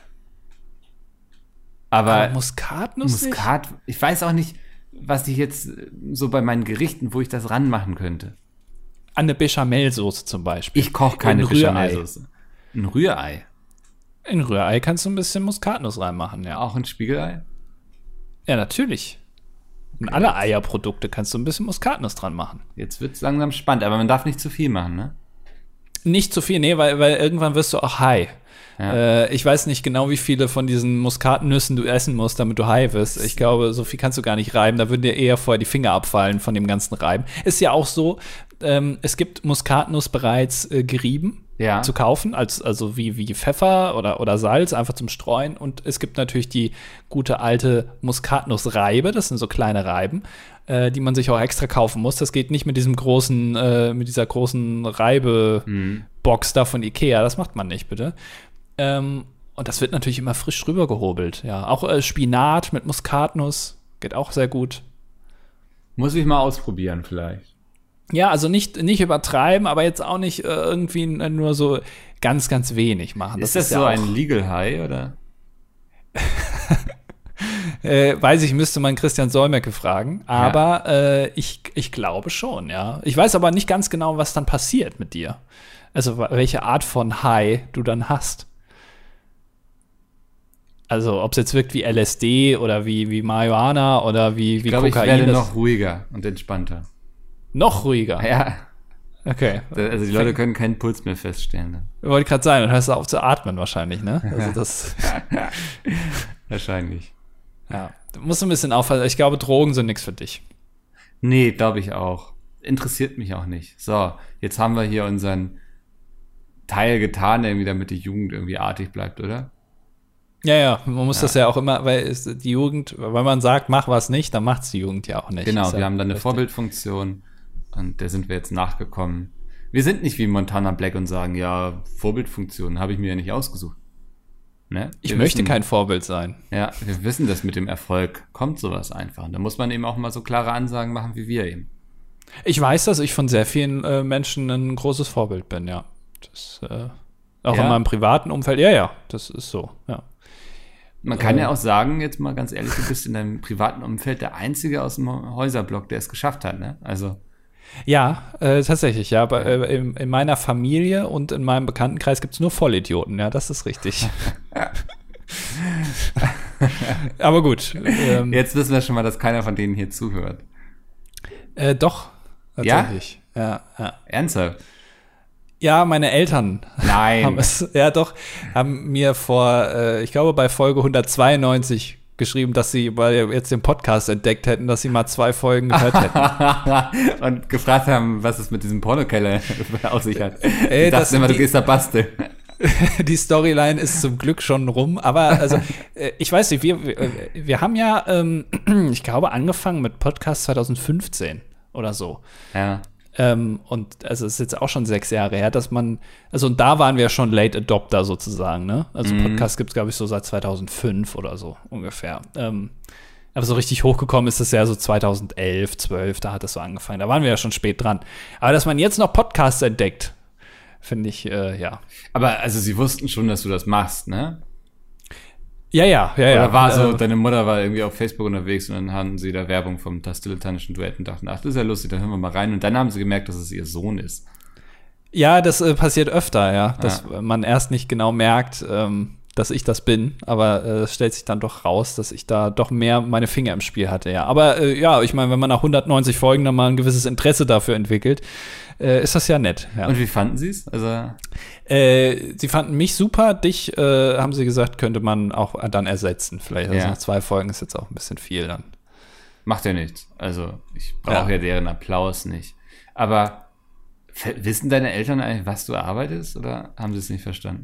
Aber Muskatnuss Muskat, nicht? Ich weiß auch nicht, was ich jetzt so bei meinen Gerichten, wo ich das ranmachen könnte. An eine Bechamelsoße zum Beispiel. Ich koche keine Bechamelsoße. Ein Rührei. In Rührei kannst du ein bisschen Muskatnuss reinmachen, ja. Auch ein Spiegelei? Ja, natürlich. In alle Eierprodukte kannst du ein bisschen Muskatnuss dran machen. Jetzt wird es langsam spannend, aber man darf nicht zu viel machen, ne? Nicht zu viel, nee, weil irgendwann wirst du auch high. Ja. Ich weiß nicht genau, wie viele von diesen Muskatnüssen du essen musst, damit du high wirst. Ich glaube, so viel kannst du gar nicht reiben. Da würden dir eher vorher die Finger abfallen von dem ganzen Reiben. Ist ja auch so, es gibt Muskatnuss bereits gerieben zu kaufen, also wie Pfeffer oder Salz, einfach zum Streuen. Und es gibt natürlich die gute alte Muskatnussreibe, das sind so kleine Reiben, die man sich auch extra kaufen muss. Das geht nicht mit dieser großen Reibebox da von Ikea. Das macht man nicht, bitte. Und das wird natürlich immer frisch drüber gehobelt. Ja, auch Spinat mit Muskatnuss geht auch sehr gut. Muss ich mal ausprobieren vielleicht. Ja, also nicht übertreiben, aber jetzt auch nicht irgendwie nur so ganz, ganz wenig machen. Ist das so ein Legal High, oder? Weiß ich, müsste man Christian Solmecke fragen. Aber ich glaube schon, ja. Ich weiß aber nicht ganz genau, was dann passiert mit dir. Also welche Art von High du dann hast. Also ob es jetzt wirkt wie LSD oder wie Marihuana oder wie Kokain. Ich werde noch ruhiger und entspannter. Noch ruhiger? Ja. Okay. Also die Leute können keinen Puls mehr feststellen. Dann. Wollte gerade sagen, dann hörst du auf zu atmen wahrscheinlich, ne? Also das wahrscheinlich. Ja. Du musst ein bisschen aufpassen. Ich glaube, Drogen sind nichts für dich. Nee, glaube ich auch. Interessiert mich auch nicht. So, jetzt haben wir hier unseren Teil getan, der irgendwie damit die Jugend irgendwie artig bleibt, oder? Ja, man muss das ja auch immer, weil die Jugend, wenn man sagt, mach was nicht, dann macht's die Jugend ja auch nicht. Genau, wir haben da eine Vorbildfunktion und der sind wir jetzt nachgekommen. Wir sind nicht wie Montana Black und sagen, ja, Vorbildfunktion habe ich mir ja nicht ausgesucht. Ne? Ich möchte kein Vorbild sein. Ja, wir wissen, dass mit dem Erfolg kommt sowas einfach. Und da muss man eben auch mal so klare Ansagen machen, wie wir eben. Ich weiß, dass ich von sehr vielen Menschen ein großes Vorbild bin, ja. Das, auch in meinem privaten Umfeld, ja, das ist so, ja. Man kann ja auch sagen, jetzt mal ganz ehrlich, du bist in deinem privaten Umfeld der Einzige aus dem Häuserblock, der es geschafft hat, ne? Also. Ja, tatsächlich, ja. Aber, in meiner Familie und in meinem Bekanntenkreis gibt es nur Vollidioten, ja, das ist richtig. Aber gut. Jetzt wissen wir schon mal, dass keiner von denen hier zuhört. Doch, tatsächlich. Ja? Ernsthaft? Ja, meine Eltern haben mir vor, ich glaube bei Folge 192 geschrieben, dass sie, weil wir jetzt den Podcast entdeckt hätten, dass sie mal 2 Folgen gehört hätten. Und gefragt haben, was es mit diesem Pornokeller auf sich hat. Ich dachte immer, du gehst da basteln. Die Storyline ist zum Glück schon rum, aber also ich weiß nicht, wir haben ja, ich glaube, angefangen mit Podcast 2015 oder so. Ja. Und also es ist jetzt auch schon 6 Jahre her, dass man, also und da waren wir schon Late Adopter sozusagen, ne? Also Podcast gibt es, glaube ich, so seit 2005 oder so ungefähr. Aber so richtig hochgekommen ist es ja so 2011, 12, da hat es so angefangen. Da waren wir ja schon spät dran. Aber dass man jetzt noch Podcasts entdeckt, finde ich, ja. Aber also sie wussten schon, dass du das machst, ne? Ja. Oder war so, deine Mutter war irgendwie auf Facebook unterwegs und dann haben sie da Werbung vom Das dilettantischen Duett und dachten, ach, das ist ja lustig, dann hören wir mal rein. Und dann haben sie gemerkt, dass es ihr Sohn ist. Ja, das passiert öfter, ja. Dass man erst nicht genau merkt, dass ich das bin, aber es stellt sich dann doch raus, dass ich da doch mehr meine Finger im Spiel hatte, ja. Aber ja, ich meine, wenn man nach 190 Folgen dann mal ein gewisses Interesse dafür entwickelt, ist das ja nett. Ja. Und wie fanden sie es? Also sie fanden mich super, dich, haben sie gesagt, könnte man auch dann ersetzen. Vielleicht also nach 2 Folgen ist jetzt auch ein bisschen viel dann. Macht ja nichts. Also ich brauche ja deren Applaus nicht. Aber wissen deine Eltern eigentlich, was du arbeitest, oder haben sie es nicht verstanden?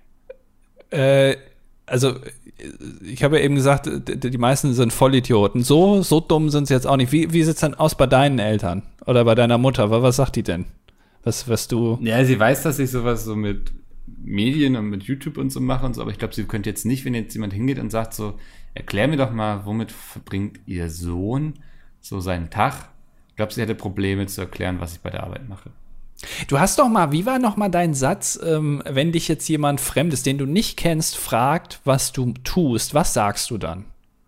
Also ich habe ja eben gesagt, die meisten sind Vollidioten. So dumm sind sie jetzt auch nicht. Wie sieht es denn aus bei deinen Eltern oder bei deiner Mutter? Was sagt die denn? Was du? Ja, sie weiß, dass ich sowas so mit Medien und mit YouTube und so mache und so, aber ich glaube, sie könnte jetzt nicht, wenn jetzt jemand hingeht und sagt so, erklär mir doch mal, womit verbringt ihr Sohn so seinen Tag? Ich glaube, sie hätte Probleme zu erklären, was ich bei der Arbeit mache. Du hast doch mal, wie war noch mal dein Satz, wenn dich jetzt jemand Fremdes, den du nicht kennst, fragt, was du tust, was sagst du dann?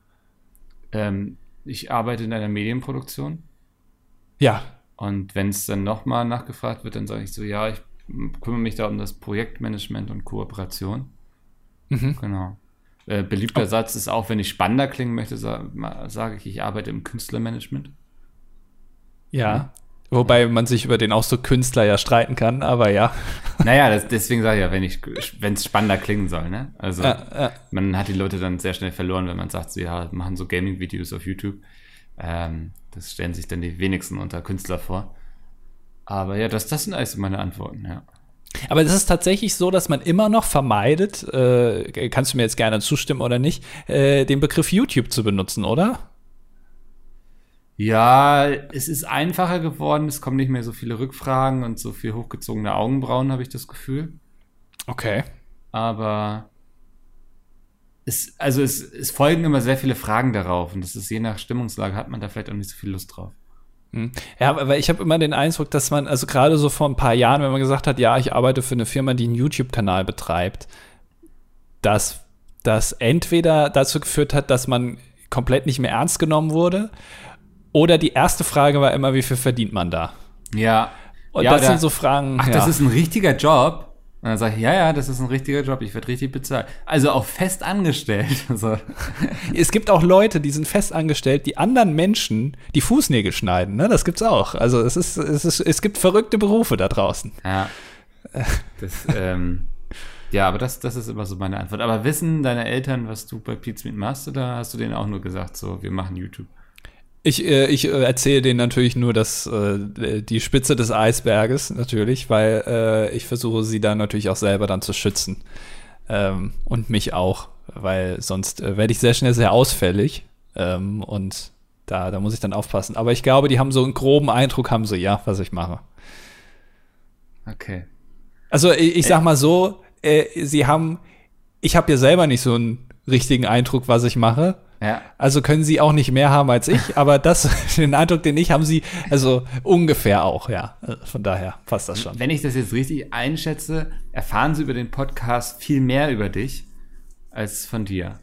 Ich arbeite in einer Medienproduktion. Ja. Und wenn es dann nochmal nachgefragt wird, dann sage ich so, ja, ich kümmere mich da um das Projektmanagement und Kooperation. Mhm. Genau. Beliebter Satz ist auch, wenn ich spannender klingen möchte, sage ich arbeite im Künstlermanagement. Ja. Wobei man sich über den Ausdruck Künstler ja streiten kann, aber ja. Naja, deswegen sage ich ja, wenn es spannender klingen soll, ne? Also man hat die Leute dann sehr schnell verloren, wenn man sagt, so, ja, machen so Gaming-Videos auf YouTube. Das stellen sich dann die wenigsten unter Künstler vor. Aber ja, das sind eigentlich meine Antworten, ja. Aber es ist tatsächlich so, dass man immer noch vermeidet, kannst du mir jetzt gerne zustimmen oder nicht, den Begriff YouTube zu benutzen, oder? Ja, es ist einfacher geworden, es kommen nicht mehr so viele Rückfragen und so viel hochgezogene Augenbrauen, habe ich das Gefühl. Okay. Aber es folgen immer sehr viele Fragen darauf und das ist je nach Stimmungslage, hat man da vielleicht auch nicht so viel Lust drauf. Ja, aber ich habe immer den Eindruck, dass man, also gerade so vor ein paar Jahren, wenn man gesagt hat, ja, ich arbeite für eine Firma, die einen YouTube-Kanal betreibt, dass das entweder dazu geführt hat, dass man komplett nicht mehr ernst genommen wurde, oder die erste Frage war immer, wie viel verdient man da? Ja. Und das sind so Fragen. Ach, das ist ein richtiger Job? Und dann sage ich, ja, das ist ein richtiger Job, ich werde richtig bezahlt. Also auch fest angestellt. Also. Es gibt auch Leute, die sind fest angestellt, die anderen Menschen die Fußnägel schneiden, ne? Das gibt's auch. Also es gibt verrückte Berufe da draußen. Ja. Ja, aber das ist immer so meine Antwort. Aber wissen deine Eltern, was du bei Pete's Meat machst, oder hast du denen auch nur gesagt, so, wir machen YouTube? Ich erzähle denen natürlich nur die Spitze des Eisberges, natürlich, weil ich versuche, sie da natürlich auch selber dann zu schützen. Und mich auch, weil sonst werde ich sehr schnell sehr ausfällig. Und da muss ich dann aufpassen. Aber ich glaube, die haben so einen groben Eindruck, haben sie, ja, was ich mache. Okay. Also ich sag mal so, ich habe ja selber nicht so einen richtigen Eindruck, was ich mache. Ja. Also können sie auch nicht mehr haben als ich, aber den Eindruck, den ich, haben sie also ungefähr auch, ja. Von daher passt das schon. Wenn ich das jetzt richtig einschätze, erfahren sie über den Podcast viel mehr über dich als von dir.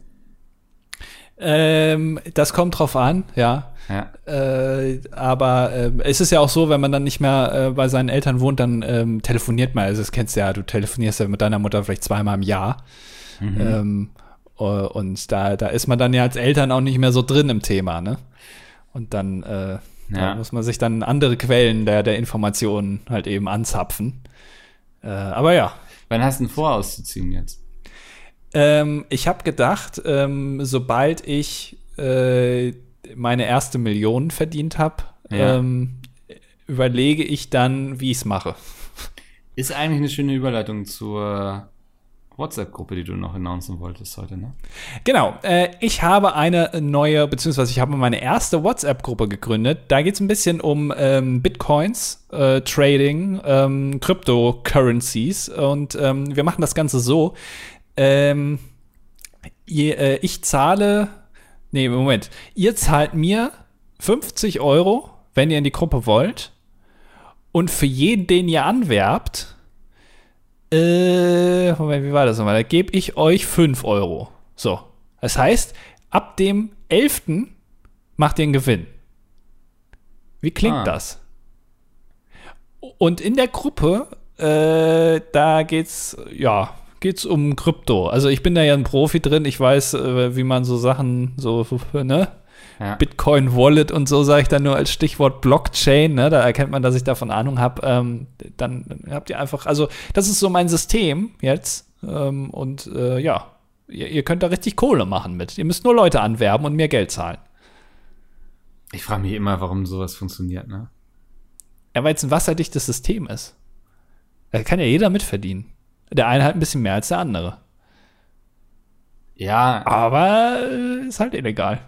Das kommt drauf an, ja. Aber es ist ja auch so, wenn man dann nicht mehr bei seinen Eltern wohnt, dann telefoniert man. Also das kennst du ja, du telefonierst ja mit deiner Mutter vielleicht 2-mal im Jahr. Mhm. Und da ist man dann ja als Eltern auch nicht mehr so drin im Thema, ne? Und dann da muss man sich dann andere Quellen der Informationen halt eben anzapfen. Aber ja. Wann hast du denn vor, auszuziehen jetzt? Ich habe gedacht, sobald ich meine erste Million verdient habe, überlege ich dann, wie ich es mache. Ist eigentlich eine schöne Überleitung zur WhatsApp-Gruppe, die du noch announcen wolltest heute, ne? Genau. Ich habe eine neue, beziehungsweise ich habe meine erste WhatsApp-Gruppe gegründet. Da geht es ein bisschen um Bitcoins, Trading, Cryptocurrencies. Und wir machen das Ganze so. Ihr zahlt mir 50 €, wenn ihr in die Gruppe wollt. Und für jeden, den ihr anwerbt, Moment, wie war das nochmal? Da gebe ich euch 5 €. So. Das heißt, ab dem 11. macht ihr einen Gewinn. Wie klingt das? Und in der Gruppe, da geht's um Krypto. Also ich bin da ja ein Profi drin. Ich weiß, wie man so Sachen, ne? Ja. Bitcoin Wallet und so, sage ich dann nur als Stichwort Blockchain, ne? Da erkennt man, dass ich davon Ahnung habe. Dann habt ihr einfach, also das ist so mein System jetzt. Ihr könnt da richtig Kohle machen mit. Ihr müsst nur Leute anwerben und mir Geld zahlen. Ich frage mich immer, warum sowas funktioniert, ne? Ja, weil es ein wasserdichtes System ist. Da kann ja jeder mitverdienen. Der eine halt ein bisschen mehr als der andere. Ja. Aber ist halt illegal.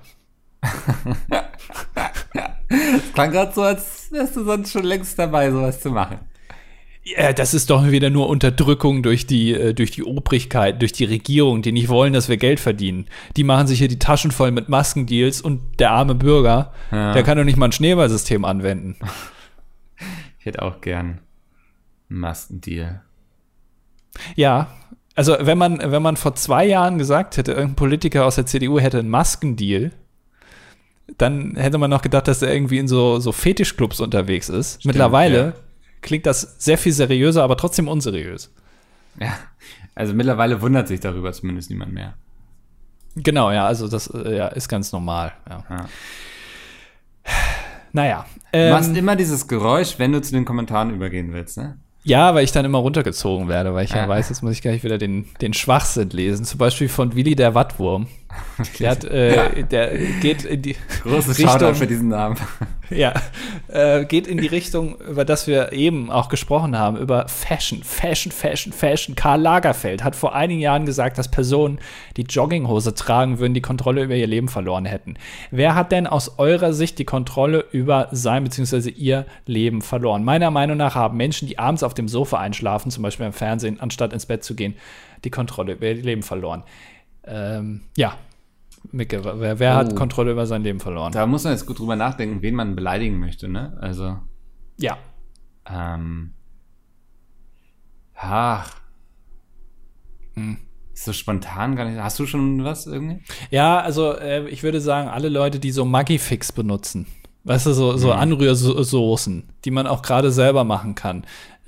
Es klang gerade so, als wärst du sonst schon längst dabei, sowas zu machen. Ja, das ist doch wieder nur Unterdrückung durch die Obrigkeit, durch die Regierung, die nicht wollen, dass wir Geld verdienen. Die machen sich hier die Taschen voll mit Maskendeals und der arme Bürger, der kann doch nicht mal ein Schneeballsystem anwenden. Ich hätte auch gern einen Maskendeal. Ja, also wenn man vor 2 Jahren gesagt hätte, irgendein Politiker aus der CDU hätte einen Maskendeal, dann hätte man noch gedacht, dass er irgendwie in so Fetischclubs unterwegs ist. Stimmt, mittlerweile klingt das sehr viel seriöser, aber trotzdem unseriös. Ja, also mittlerweile wundert sich darüber zumindest niemand mehr. Genau, ja, also das ist ganz normal. Ja. Naja. Du machst immer dieses Geräusch, wenn du zu den Kommentaren übergehen willst, ne? Ja, weil ich dann immer runtergezogen werde, weil ich ja weiß, jetzt muss ich gleich wieder den Schwachsinn lesen. Zum Beispiel von Willi der Wattwurm. Der geht in die große Shoutout für diesen Namen. Ja, geht in die Richtung, über das wir eben auch gesprochen haben, über Fashion. Karl Lagerfeld hat vor einigen Jahren gesagt, dass Personen, die Jogginghose tragen würden, die Kontrolle über ihr Leben verloren hätten. Wer hat denn aus eurer Sicht die Kontrolle über sein bzw. ihr Leben verloren? Meiner Meinung nach haben Menschen, die abends auf dem Sofa einschlafen, zum Beispiel im Fernsehen, anstatt ins Bett zu gehen, die Kontrolle über ihr Leben verloren. Ja, Micke, wer hat Kontrolle über sein Leben verloren? Da muss man jetzt gut drüber nachdenken, wen man beleidigen möchte, ne? Also. Ja. So spontan gar nicht. Hast du schon was irgendwie? Ja, also ich würde sagen, alle Leute, die so Maggi-Fix benutzen, weißt du, so Anrührsoßen, die man auch gerade selber machen kann,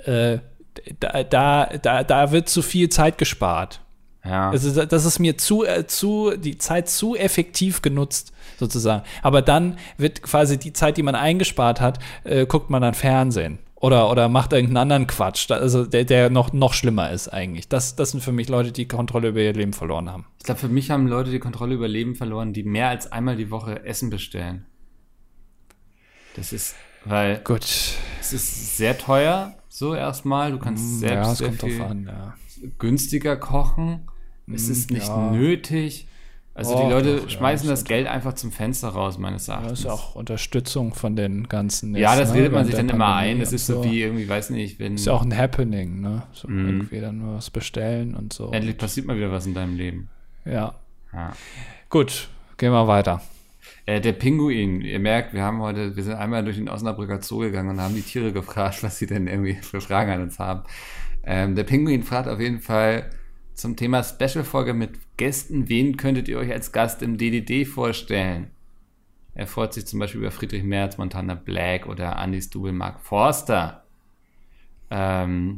da wird zu viel Zeit gespart. Ja. Also das ist mir die Zeit zu effektiv genutzt, sozusagen. Aber dann wird quasi die Zeit, die man eingespart hat, guckt man dann Fernsehen. Oder macht irgendeinen anderen Quatsch, also der noch schlimmer ist eigentlich. Das sind für mich Leute, die Kontrolle über ihr Leben verloren haben. Ich glaube, für mich haben Leute die Kontrolle über ihr Leben verloren, die mehr als einmal die Woche Essen bestellen. Das ist, weil gut. Es ist sehr teuer, so erstmal. Du kannst selbst sehr viel günstiger kochen. Es ist nicht nötig. Also die Leute schmeißen das Geld einfach zum Fenster raus, meines Erachtens. Das ist auch Unterstützung von den ganzen. Ja, das redet man sich dann immer ein. Das ist so wie irgendwie, weiß nicht, wenn. Ist ja auch ein Happening, ne? So irgendwie dann nur was bestellen und so. Endlich passiert mal wieder was in deinem Leben. Ja. Gut, gehen wir weiter. Der Pinguin, ihr merkt, wir sind einmal durch den Osnabrücker Zoo gegangen und haben die Tiere gefragt, was sie denn irgendwie für Fragen an uns haben. Der Pinguin fragt auf jeden Fall zum Thema Special-Folge mit Gästen, wen könntet ihr euch als Gast im DDD vorstellen? Er freut sich zum Beispiel über Friedrich Merz, Montana Black oder Andi Stubel, Mark Forster. Keine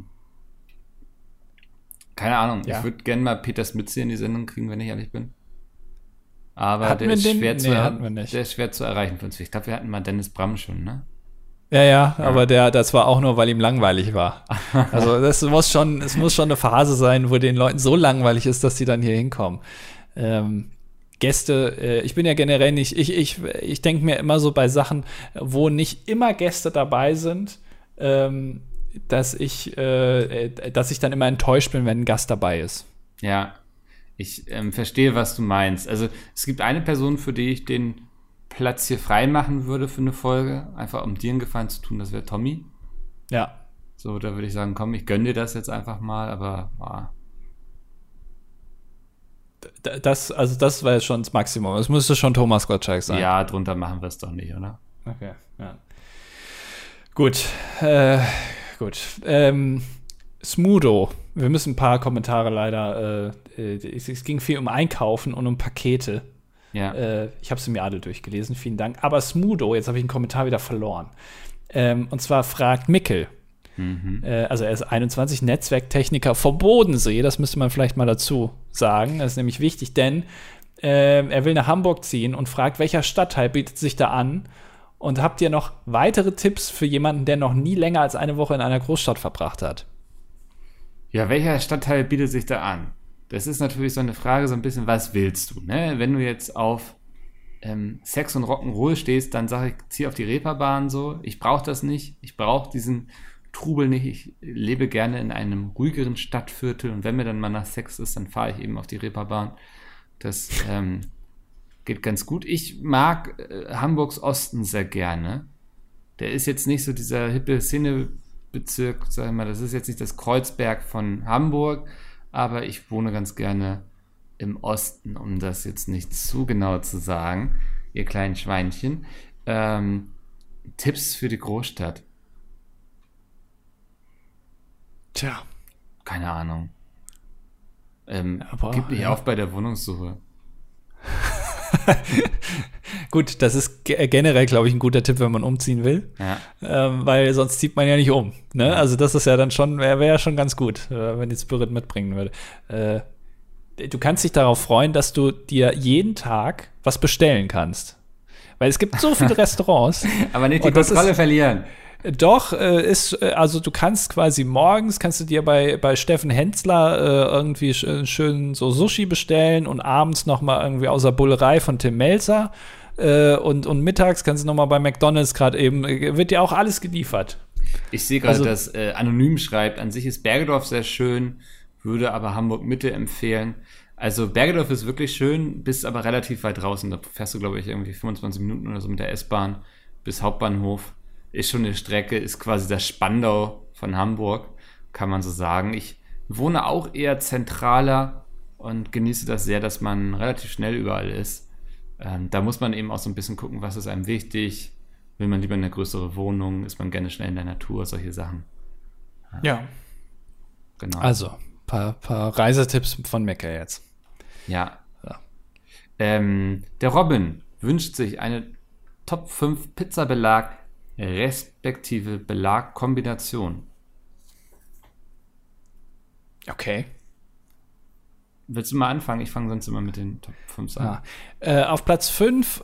Ahnung, ich würde gerne mal Peter Smits in die Sendung kriegen, wenn ich ehrlich bin. Aber der ist schwer zu erreichen für uns. Ich glaube, wir hatten mal Dennis Bram schon, ne? Ja, aber das war auch nur, weil ihm langweilig war. Also es muss schon eine Phase sein, wo den Leuten so langweilig ist, dass sie dann hier hinkommen. Gäste, ich bin ja generell nicht, ich denke mir immer so bei Sachen, wo nicht immer Gäste dabei sind, dass ich dann immer enttäuscht bin, wenn ein Gast dabei ist. Ja, ich verstehe, was du meinst. Also es gibt eine Person, für die ich den Platz hier frei machen würde für eine Folge, einfach um dir einen Gefallen zu tun, das wäre Tommy. Ja. So, da würde ich sagen, komm, ich gönne dir das jetzt einfach mal, aber Das war jetzt schon das Maximum. Es müsste schon Thomas Gottschalk sein. Ja, drunter machen wir es doch nicht, oder? Okay, ja. Gut. Smudo. Wir müssen ein paar Kommentare leider. Es ging viel um Einkaufen und um Pakete. Ja. Ich habe sie mir alle durchgelesen, vielen Dank. Aber Smudo, jetzt habe ich einen Kommentar wieder verloren. Und zwar fragt Mickel. Also er ist 21, Netzwerktechniker vom Bodensee. Das müsste man vielleicht mal dazu sagen. Das ist nämlich wichtig, denn er will nach Hamburg ziehen und fragt, welcher Stadtteil bietet sich da an? Und habt ihr noch weitere Tipps für jemanden, der noch nie länger als eine Woche in einer Großstadt verbracht hat? Ja, welcher Stadtteil bietet sich da an? Das ist natürlich so eine Frage, so ein bisschen, was willst du? Ne? Wenn du jetzt auf Sex und Rock'n'Roll stehst, dann sage ich, zieh auf die Reeperbahn so. Ich brauche das nicht. Ich brauche diesen Trubel nicht. Ich lebe gerne in einem ruhigeren Stadtviertel und wenn mir dann mal nach Sex ist, dann fahre ich eben auf die Reeperbahn. Das geht ganz gut. Ich mag Hamburgs Osten sehr gerne. Der ist jetzt nicht so dieser hippe Szenebezirk, sag ich mal. Das ist jetzt nicht das Kreuzberg von Hamburg, aber ich wohne ganz gerne im Osten, um das jetzt nicht zu genau zu sagen, ihr kleinen Schweinchen. Tipps für die Großstadt. Tja. Keine Ahnung. Gib nicht auf bei der Wohnungssuche. Gut, das ist generell, glaube ich, ein guter Tipp, wenn man umziehen will. Ja. Weil sonst zieht man ja nicht um. Ne? Ja. Also das ist ja dann schon, wäre ja schon ganz gut, wenn die Spirit mitbringen würde. Du kannst dich darauf freuen, dass du dir jeden Tag was bestellen kannst. Weil es gibt so viele Restaurants. Aber nicht die Kontrolle verlieren. Doch, also du kannst quasi morgens, kannst du dir bei Steffen Hensler irgendwie schön so Sushi bestellen und abends noch mal irgendwie aus der Bullerei von Tim Melzer und mittags kannst du noch mal bei McDonald's gerade eben, wird dir auch alles geliefert. Ich sehe gerade, dass Anonym schreibt, an sich ist Bergedorf sehr schön, würde aber Hamburg-Mitte empfehlen. Also Bergedorf ist wirklich schön, bist aber relativ weit draußen. Da fährst du, glaube ich, irgendwie 25 Minuten oder so mit der S-Bahn bis Hauptbahnhof. Ist schon eine Strecke, ist quasi das Spandau von Hamburg, kann man so sagen. Ich wohne auch eher zentraler und genieße das sehr, dass man relativ schnell überall ist. Da muss man eben auch so ein bisschen gucken, was ist einem wichtig. Will man lieber eine größere Wohnung? Ist man gerne schnell in der Natur? Solche Sachen. Ja. Genau. Also, paar Reisetipps von Mecca jetzt. Ja. Der Robin wünscht sich eine Top 5 Pizzabelag respektive Belagkombination. Okay. Willst du mal anfangen? Ich fange sonst immer mit den Top 5 an. Auf Platz 5,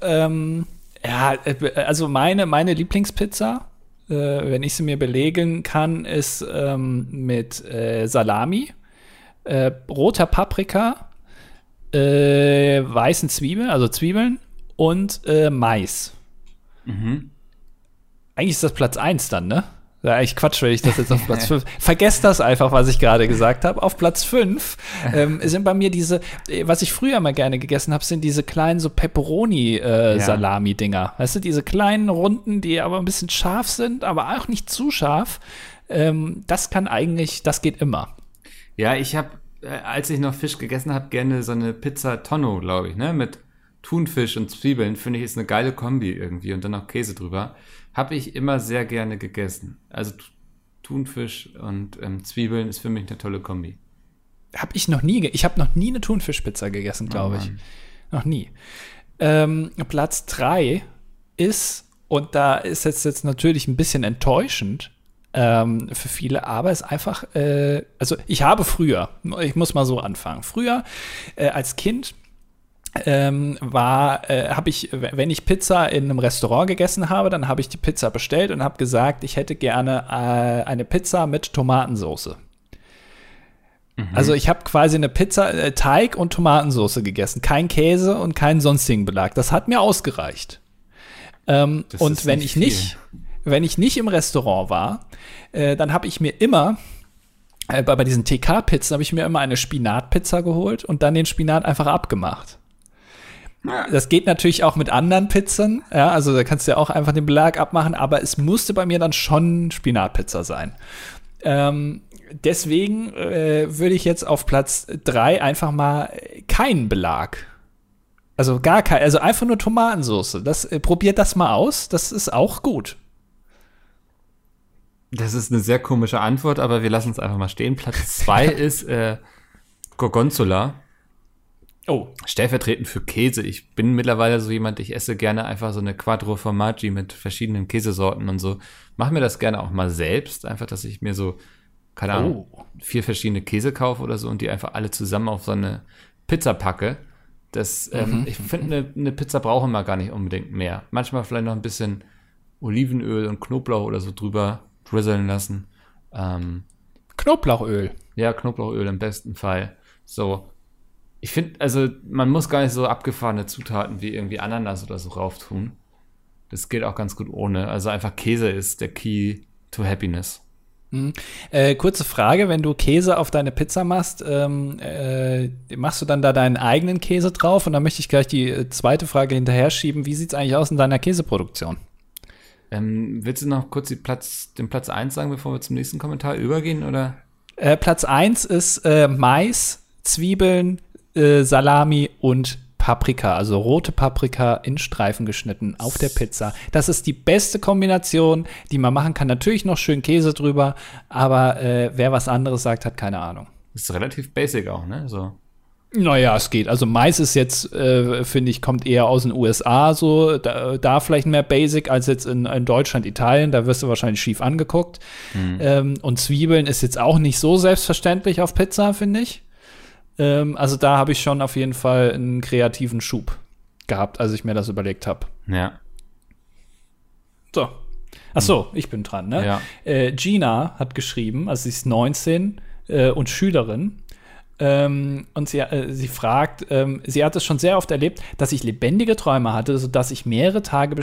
also meine Lieblingspizza, wenn ich sie mir belegen kann, ist mit Salami, roter Paprika, weißen Zwiebeln, also Zwiebeln und Mais. Mhm. Eigentlich ist das Platz 1 dann, ne? Ja, eigentlich Quatsch, wenn ich das jetzt auf Platz 5. Vergesst das einfach, was ich gerade gesagt habe. Auf Platz 5 sind bei mir diese, was ich früher mal gerne gegessen habe, sind diese kleinen so Pepperoni-Salami-Dinger. Weißt du, diese kleinen Runden, die aber ein bisschen scharf sind, aber auch nicht zu scharf. Das geht immer. Ja, ich habe, als ich noch Fisch gegessen habe, gerne so eine Pizza Tonno, glaube ich, ne? Mit Thunfisch und Zwiebeln, finde ich, ist eine geile Kombi irgendwie und dann noch Käse drüber. Habe ich immer sehr gerne gegessen. Also Thunfisch und Zwiebeln ist für mich eine tolle Kombi. Ich habe noch nie eine Thunfischpizza gegessen, glaube ich. Noch nie. Platz 3 ist, und da ist jetzt natürlich ein bisschen enttäuschend für viele, aber es ist einfach, also ich muss mal so anfangen. Früher als Kind habe ich, wenn ich Pizza in einem Restaurant gegessen habe, dann habe ich die Pizza bestellt und habe gesagt, ich hätte gerne eine Pizza mit Tomatensauce. Mhm. Also ich habe quasi eine Pizza, Teig und Tomatensauce gegessen, kein Käse und keinen sonstigen Belag. Das hat mir ausgereicht. Und wenn ich nicht im Restaurant war, dann habe ich mir immer bei diesen TK-Pizzen habe ich mir immer eine Spinatpizza geholt und dann den Spinat einfach abgemacht. Das geht natürlich auch mit anderen Pizzen, ja, also da kannst du ja auch einfach den Belag abmachen, aber es musste bei mir dann schon Spinatpizza sein. Deswegen würde ich jetzt auf Platz 3 einfach mal keinen Belag. Also gar kein, also einfach nur Tomatensauce. Probiert das mal aus, das ist auch gut. Das ist eine sehr komische Antwort, aber wir lassen es einfach mal stehen. Platz 2 ist Gorgonzola. Oh. Stellvertretend für Käse. Ich bin mittlerweile so jemand, ich esse gerne einfach so eine Quattro Formaggi mit verschiedenen Käsesorten und so. Mach mir das gerne auch mal selbst. Einfach, dass ich mir so, keine Ahnung, 4 verschiedene Käse kaufe oder so und die einfach alle zusammen auf so eine Pizza packe. Ich finde, eine Pizza braucht man gar nicht unbedingt mehr. Manchmal vielleicht noch ein bisschen Olivenöl und Knoblauch oder so drüber drizzeln lassen. Knoblauchöl? Ja, Knoblauchöl im besten Fall. So. Ich finde, also man muss gar nicht so abgefahrene Zutaten wie irgendwie Ananas oder so rauf tun. Das geht auch ganz gut ohne. Also einfach Käse ist der Key to Happiness. Kurze Frage, wenn du Käse auf deine Pizza machst, machst du dann da deinen eigenen Käse drauf? Und dann möchte ich gleich die zweite Frage hinterher schieben. Wie sieht es eigentlich aus in deiner Käseproduktion? Willst du noch kurz den Platz 1 sagen, bevor wir zum nächsten Kommentar übergehen? Oder? Platz 1 ist Mais, Zwiebeln, Salami und Paprika, also rote Paprika in Streifen geschnitten auf der Pizza. Das ist die beste Kombination, die man machen kann. Natürlich noch schön Käse drüber, aber wer was anderes sagt, hat keine Ahnung. Das ist relativ basic auch, ne? So. Naja, es geht. Also Mais ist jetzt, finde ich, kommt eher aus den USA so. Da vielleicht mehr basic als jetzt in Deutschland, Italien. Da wirst du wahrscheinlich schief angeguckt. Und Zwiebeln ist jetzt auch nicht so selbstverständlich auf Pizza, finde ich. Also da habe ich schon auf jeden Fall einen kreativen Schub gehabt, als ich mir das überlegt habe. Ja. So. Ach so, ich bin dran, ne? Ja. Gina hat geschrieben, also sie ist 19 und Schülerin. Und sie fragt, sie hat es schon sehr oft erlebt, dass ich lebendige Träume hatte, sodass ich mehrere Tage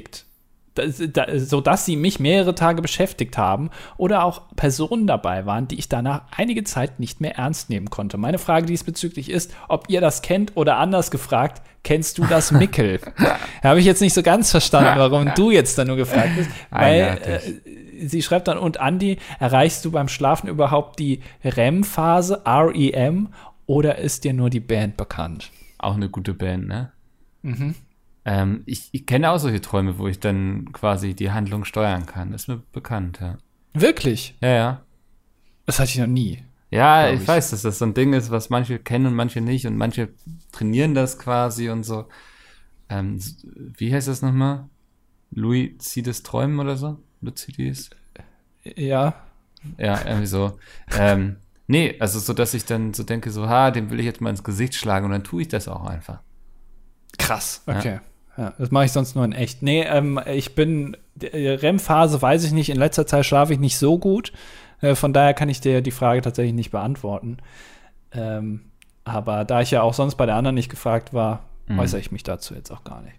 sodass sie mich mehrere Tage beschäftigt haben oder auch Personen dabei waren, die ich danach einige Zeit nicht mehr ernst nehmen konnte. Meine Frage diesbezüglich ist, ob ihr das kennt oder anders gefragt, kennst du das Mickel? Habe ich jetzt nicht so ganz verstanden, warum du jetzt da nur gefragt bist. Weil sie schreibt dann, und Andi, erreichst du beim Schlafen überhaupt die REM-Phase, REM, oder ist dir nur die Band bekannt? Auch eine gute Band, ne? Mhm. Ich kenne auch solche Träume, wo ich dann quasi die Handlung steuern kann. Das ist mir bekannt, ja. Wirklich? Ja. Das hatte ich noch nie. Ja, ich weiß, dass das so ein Ding ist, was manche kennen und manche nicht. Und manche trainieren das quasi und so. Wie heißt das nochmal? Luzides Träumen oder so? Lucidis? Ja. Ja, irgendwie so. Nee, also so, dass ich dann so denke, so, dem will ich jetzt mal ins Gesicht schlagen und dann tue ich das auch einfach. Krass, okay. Ja, das mache ich sonst nur in echt. Nee, REM-Phase weiß ich nicht, in letzter Zeit schlafe ich nicht so gut. Von daher kann ich dir die Frage tatsächlich nicht beantworten. Aber da ich ja auch sonst bei der anderen nicht gefragt war, äußere ich mich dazu jetzt auch gar nicht.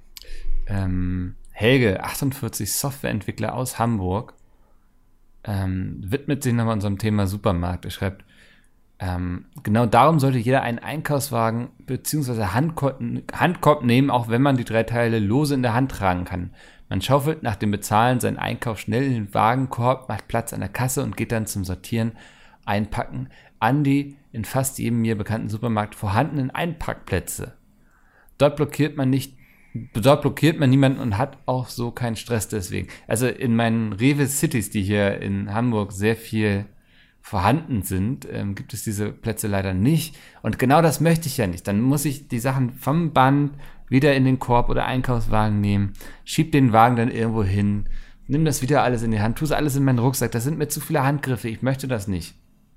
Helge, 48, Softwareentwickler aus Hamburg, widmet sich nochmal unserem Thema Supermarkt. Er schreibt, genau darum sollte jeder einen Einkaufswagen bzw. Handkorb nehmen, auch wenn man die 3 Teile lose in der Hand tragen kann. Man schaufelt nach dem Bezahlen seinen Einkauf schnell in den Wagenkorb, macht Platz an der Kasse und geht dann zum Sortieren, Einpacken an die in fast jedem mir bekannten Supermarkt vorhandenen Einpackplätze. Dort blockiert man niemanden und hat auch so keinen Stress deswegen. Also in meinen Rewe Cities, die hier in Hamburg sehr viel vorhanden sind, gibt es diese Plätze leider nicht. Und genau das möchte ich ja nicht. Dann muss ich die Sachen vom Band wieder in den Korb oder Einkaufswagen nehmen, schieb den Wagen dann irgendwo hin, nimm das wieder alles in die Hand, tu es alles in meinen Rucksack. Das sind mir zu viele Handgriffe. Ich möchte das nicht.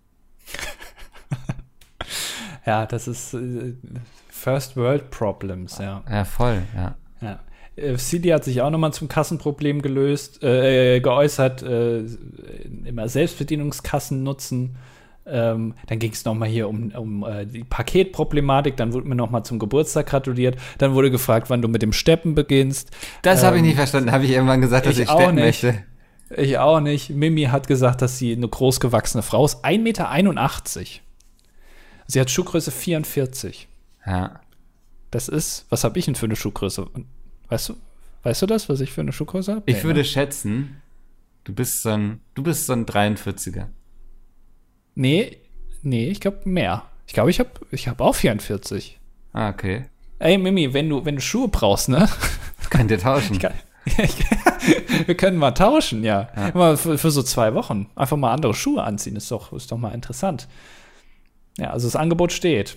Ja, das ist First World Problems, ja. Ja, voll, ja. Silly hat sich auch nochmal zum Kassenproblem geäußert, immer Selbstbedienungskassen nutzen. Dann ging es nochmal hier um die Paketproblematik, dann wurde mir nochmal zum Geburtstag gratuliert, dann wurde gefragt, wann du mit dem Steppen beginnst. Das habe ich nicht verstanden, habe ich irgendwann gesagt, dass ich steppen möchte. Ich auch nicht. Mimi hat gesagt, dass sie eine großgewachsene Frau ist, 1,81 Meter. Sie hat Schuhgröße 44. Ja. Das ist, was habe ich denn für eine Schuhgröße? Weißt du das, was ich für eine Schuhgröße habe? Ich würde schätzen, du bist so ein 43er. Nee, ich glaube mehr. Ich glaube, ich hab auch 44. Ah, okay. Ey, Mimi, wenn du Schuhe brauchst, ne? Könnt ihr tauschen. Wir können mal tauschen, ja. Mal für so 2 Wochen. Einfach mal andere Schuhe anziehen, ist doch mal interessant. Ja, also das Angebot steht.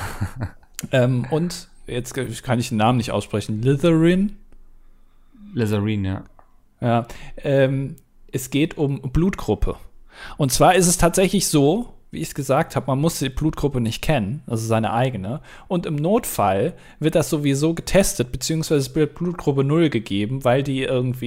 Und jetzt kann ich den Namen nicht aussprechen. Litherin, ja. Ja, es geht um Blutgruppe. Und zwar ist es tatsächlich so, wie ich es gesagt habe, man muss die Blutgruppe nicht kennen, also seine eigene. Und im Notfall wird das sowieso getestet, beziehungsweise es wird Blutgruppe 0 gegeben, weil die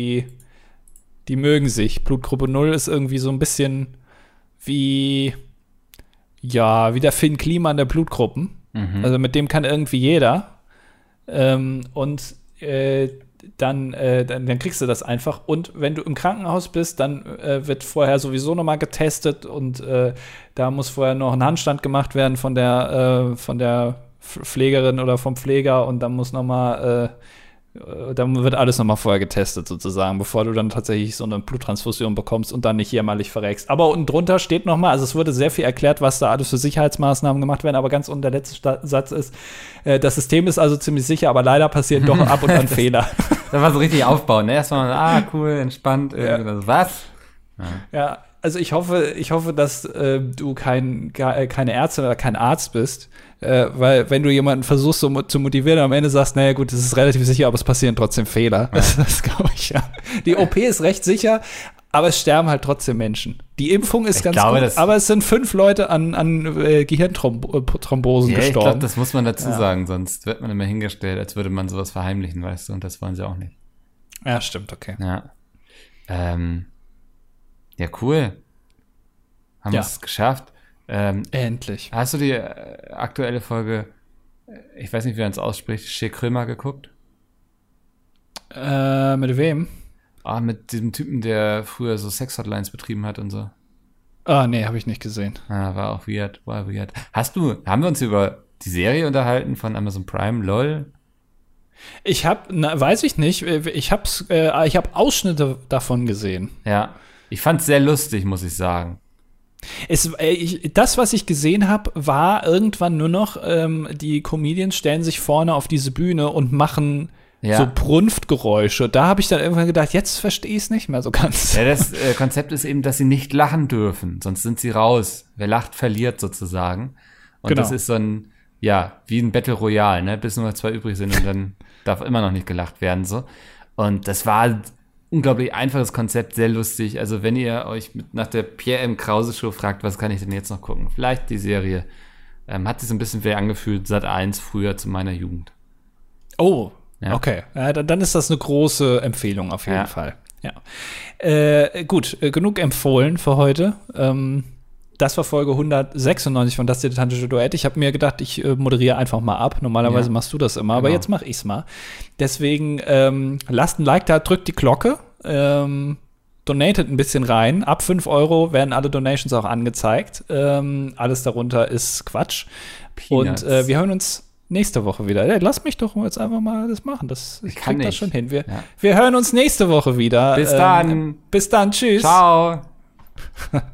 mögen sich. Blutgruppe 0 ist irgendwie so ein bisschen wie der Finn Kliman der Blutgruppen. Mhm. Also mit dem kann irgendwie jeder. Und dann kriegst du das einfach. Und wenn du im Krankenhaus bist, dann wird vorher sowieso nochmal getestet und da muss vorher noch ein Handstand gemacht werden von der Pflegerin oder vom Pfleger und dann muss dann wird alles nochmal vorher getestet sozusagen, bevor du dann tatsächlich so eine Bluttransfusion bekommst und dann nicht jämmerlich verreckst. Aber unten drunter steht nochmal, also es wurde sehr viel erklärt, was da alles für Sicherheitsmaßnahmen gemacht werden, aber ganz unten der letzte Satz ist, das System ist also ziemlich sicher, aber leider passieren doch ab und an Fehler. Da war so richtig aufbauen, ne? Erstmal, cool, entspannt, irgendwie was? Ja, also ich hoffe, dass du keine Ärztin oder kein Arzt bist, weil wenn du jemanden versuchst so zu motivieren, am Ende sagst, naja gut, das ist relativ sicher, aber es passieren trotzdem Fehler. Ja. Das glaube ich, ja. Die OP ist recht sicher, aber es sterben halt trotzdem Menschen. Die Impfung ist gut, aber es sind 5 Leute an Gehirnthrombosen gestorben. Ich glaube, das muss man dazu sagen, sonst wird man immer hingestellt, als würde man sowas verheimlichen, weißt du, und das wollen sie auch nicht. Ja, stimmt, okay. Ja. Ja, cool. Haben wir es geschafft. Endlich. Hast du die aktuelle Folge, ich weiß nicht, wie man es ausspricht, Shea Krömer geguckt? Mit wem? Mit diesem Typen, der früher so Sex-Hotlines betrieben hat und so. Nee, habe ich nicht gesehen. War auch weird, haben wir uns über die Serie unterhalten von Amazon Prime, LOL? Weiß ich nicht, ich habe Ausschnitte davon gesehen. Ja, ich fand's sehr lustig, muss ich sagen. Das, was ich gesehen habe, war irgendwann nur noch, die Comedians stellen sich vorne auf diese Bühne und machen so Brunftgeräusche. Da habe ich dann irgendwann gedacht, jetzt verstehe ich es nicht mehr so ganz. Ja, das Konzept ist eben, dass sie nicht lachen dürfen, sonst sind sie raus. Wer lacht, verliert sozusagen. Und das ist so ein, wie ein Battle Royale, ne? Bis nur 2 übrig sind und dann darf immer noch nicht gelacht werden. So. Und das war ein unglaublich einfaches Konzept, sehr lustig. Also wenn ihr euch nach der Pierre M. Krause Show fragt, was kann ich denn jetzt noch gucken? Vielleicht die Serie. Hat sich so ein bisschen wie angefühlt, Sat.1 früher zu meiner Jugend. Oh, okay. Ja, dann ist das eine große Empfehlung auf jeden Fall. Ja. Gut, genug empfohlen für heute. Das war Folge 196 von Das Dilettantische Duett. Ich habe mir gedacht, ich moderiere einfach mal ab. Normalerweise machst du das immer, aber jetzt mache ich's mal. Deswegen lasst ein Like da, drückt die Glocke, donatet ein bisschen rein. Ab 5 € werden alle Donations auch angezeigt. Alles darunter ist Quatsch. Peanuts. Und wir hören uns nächste Woche wieder. Lass mich doch jetzt einfach mal das machen. Ich krieg das schon hin. Wir hören uns nächste Woche wieder. Bis dann. Bis dann. Tschüss. Ciao.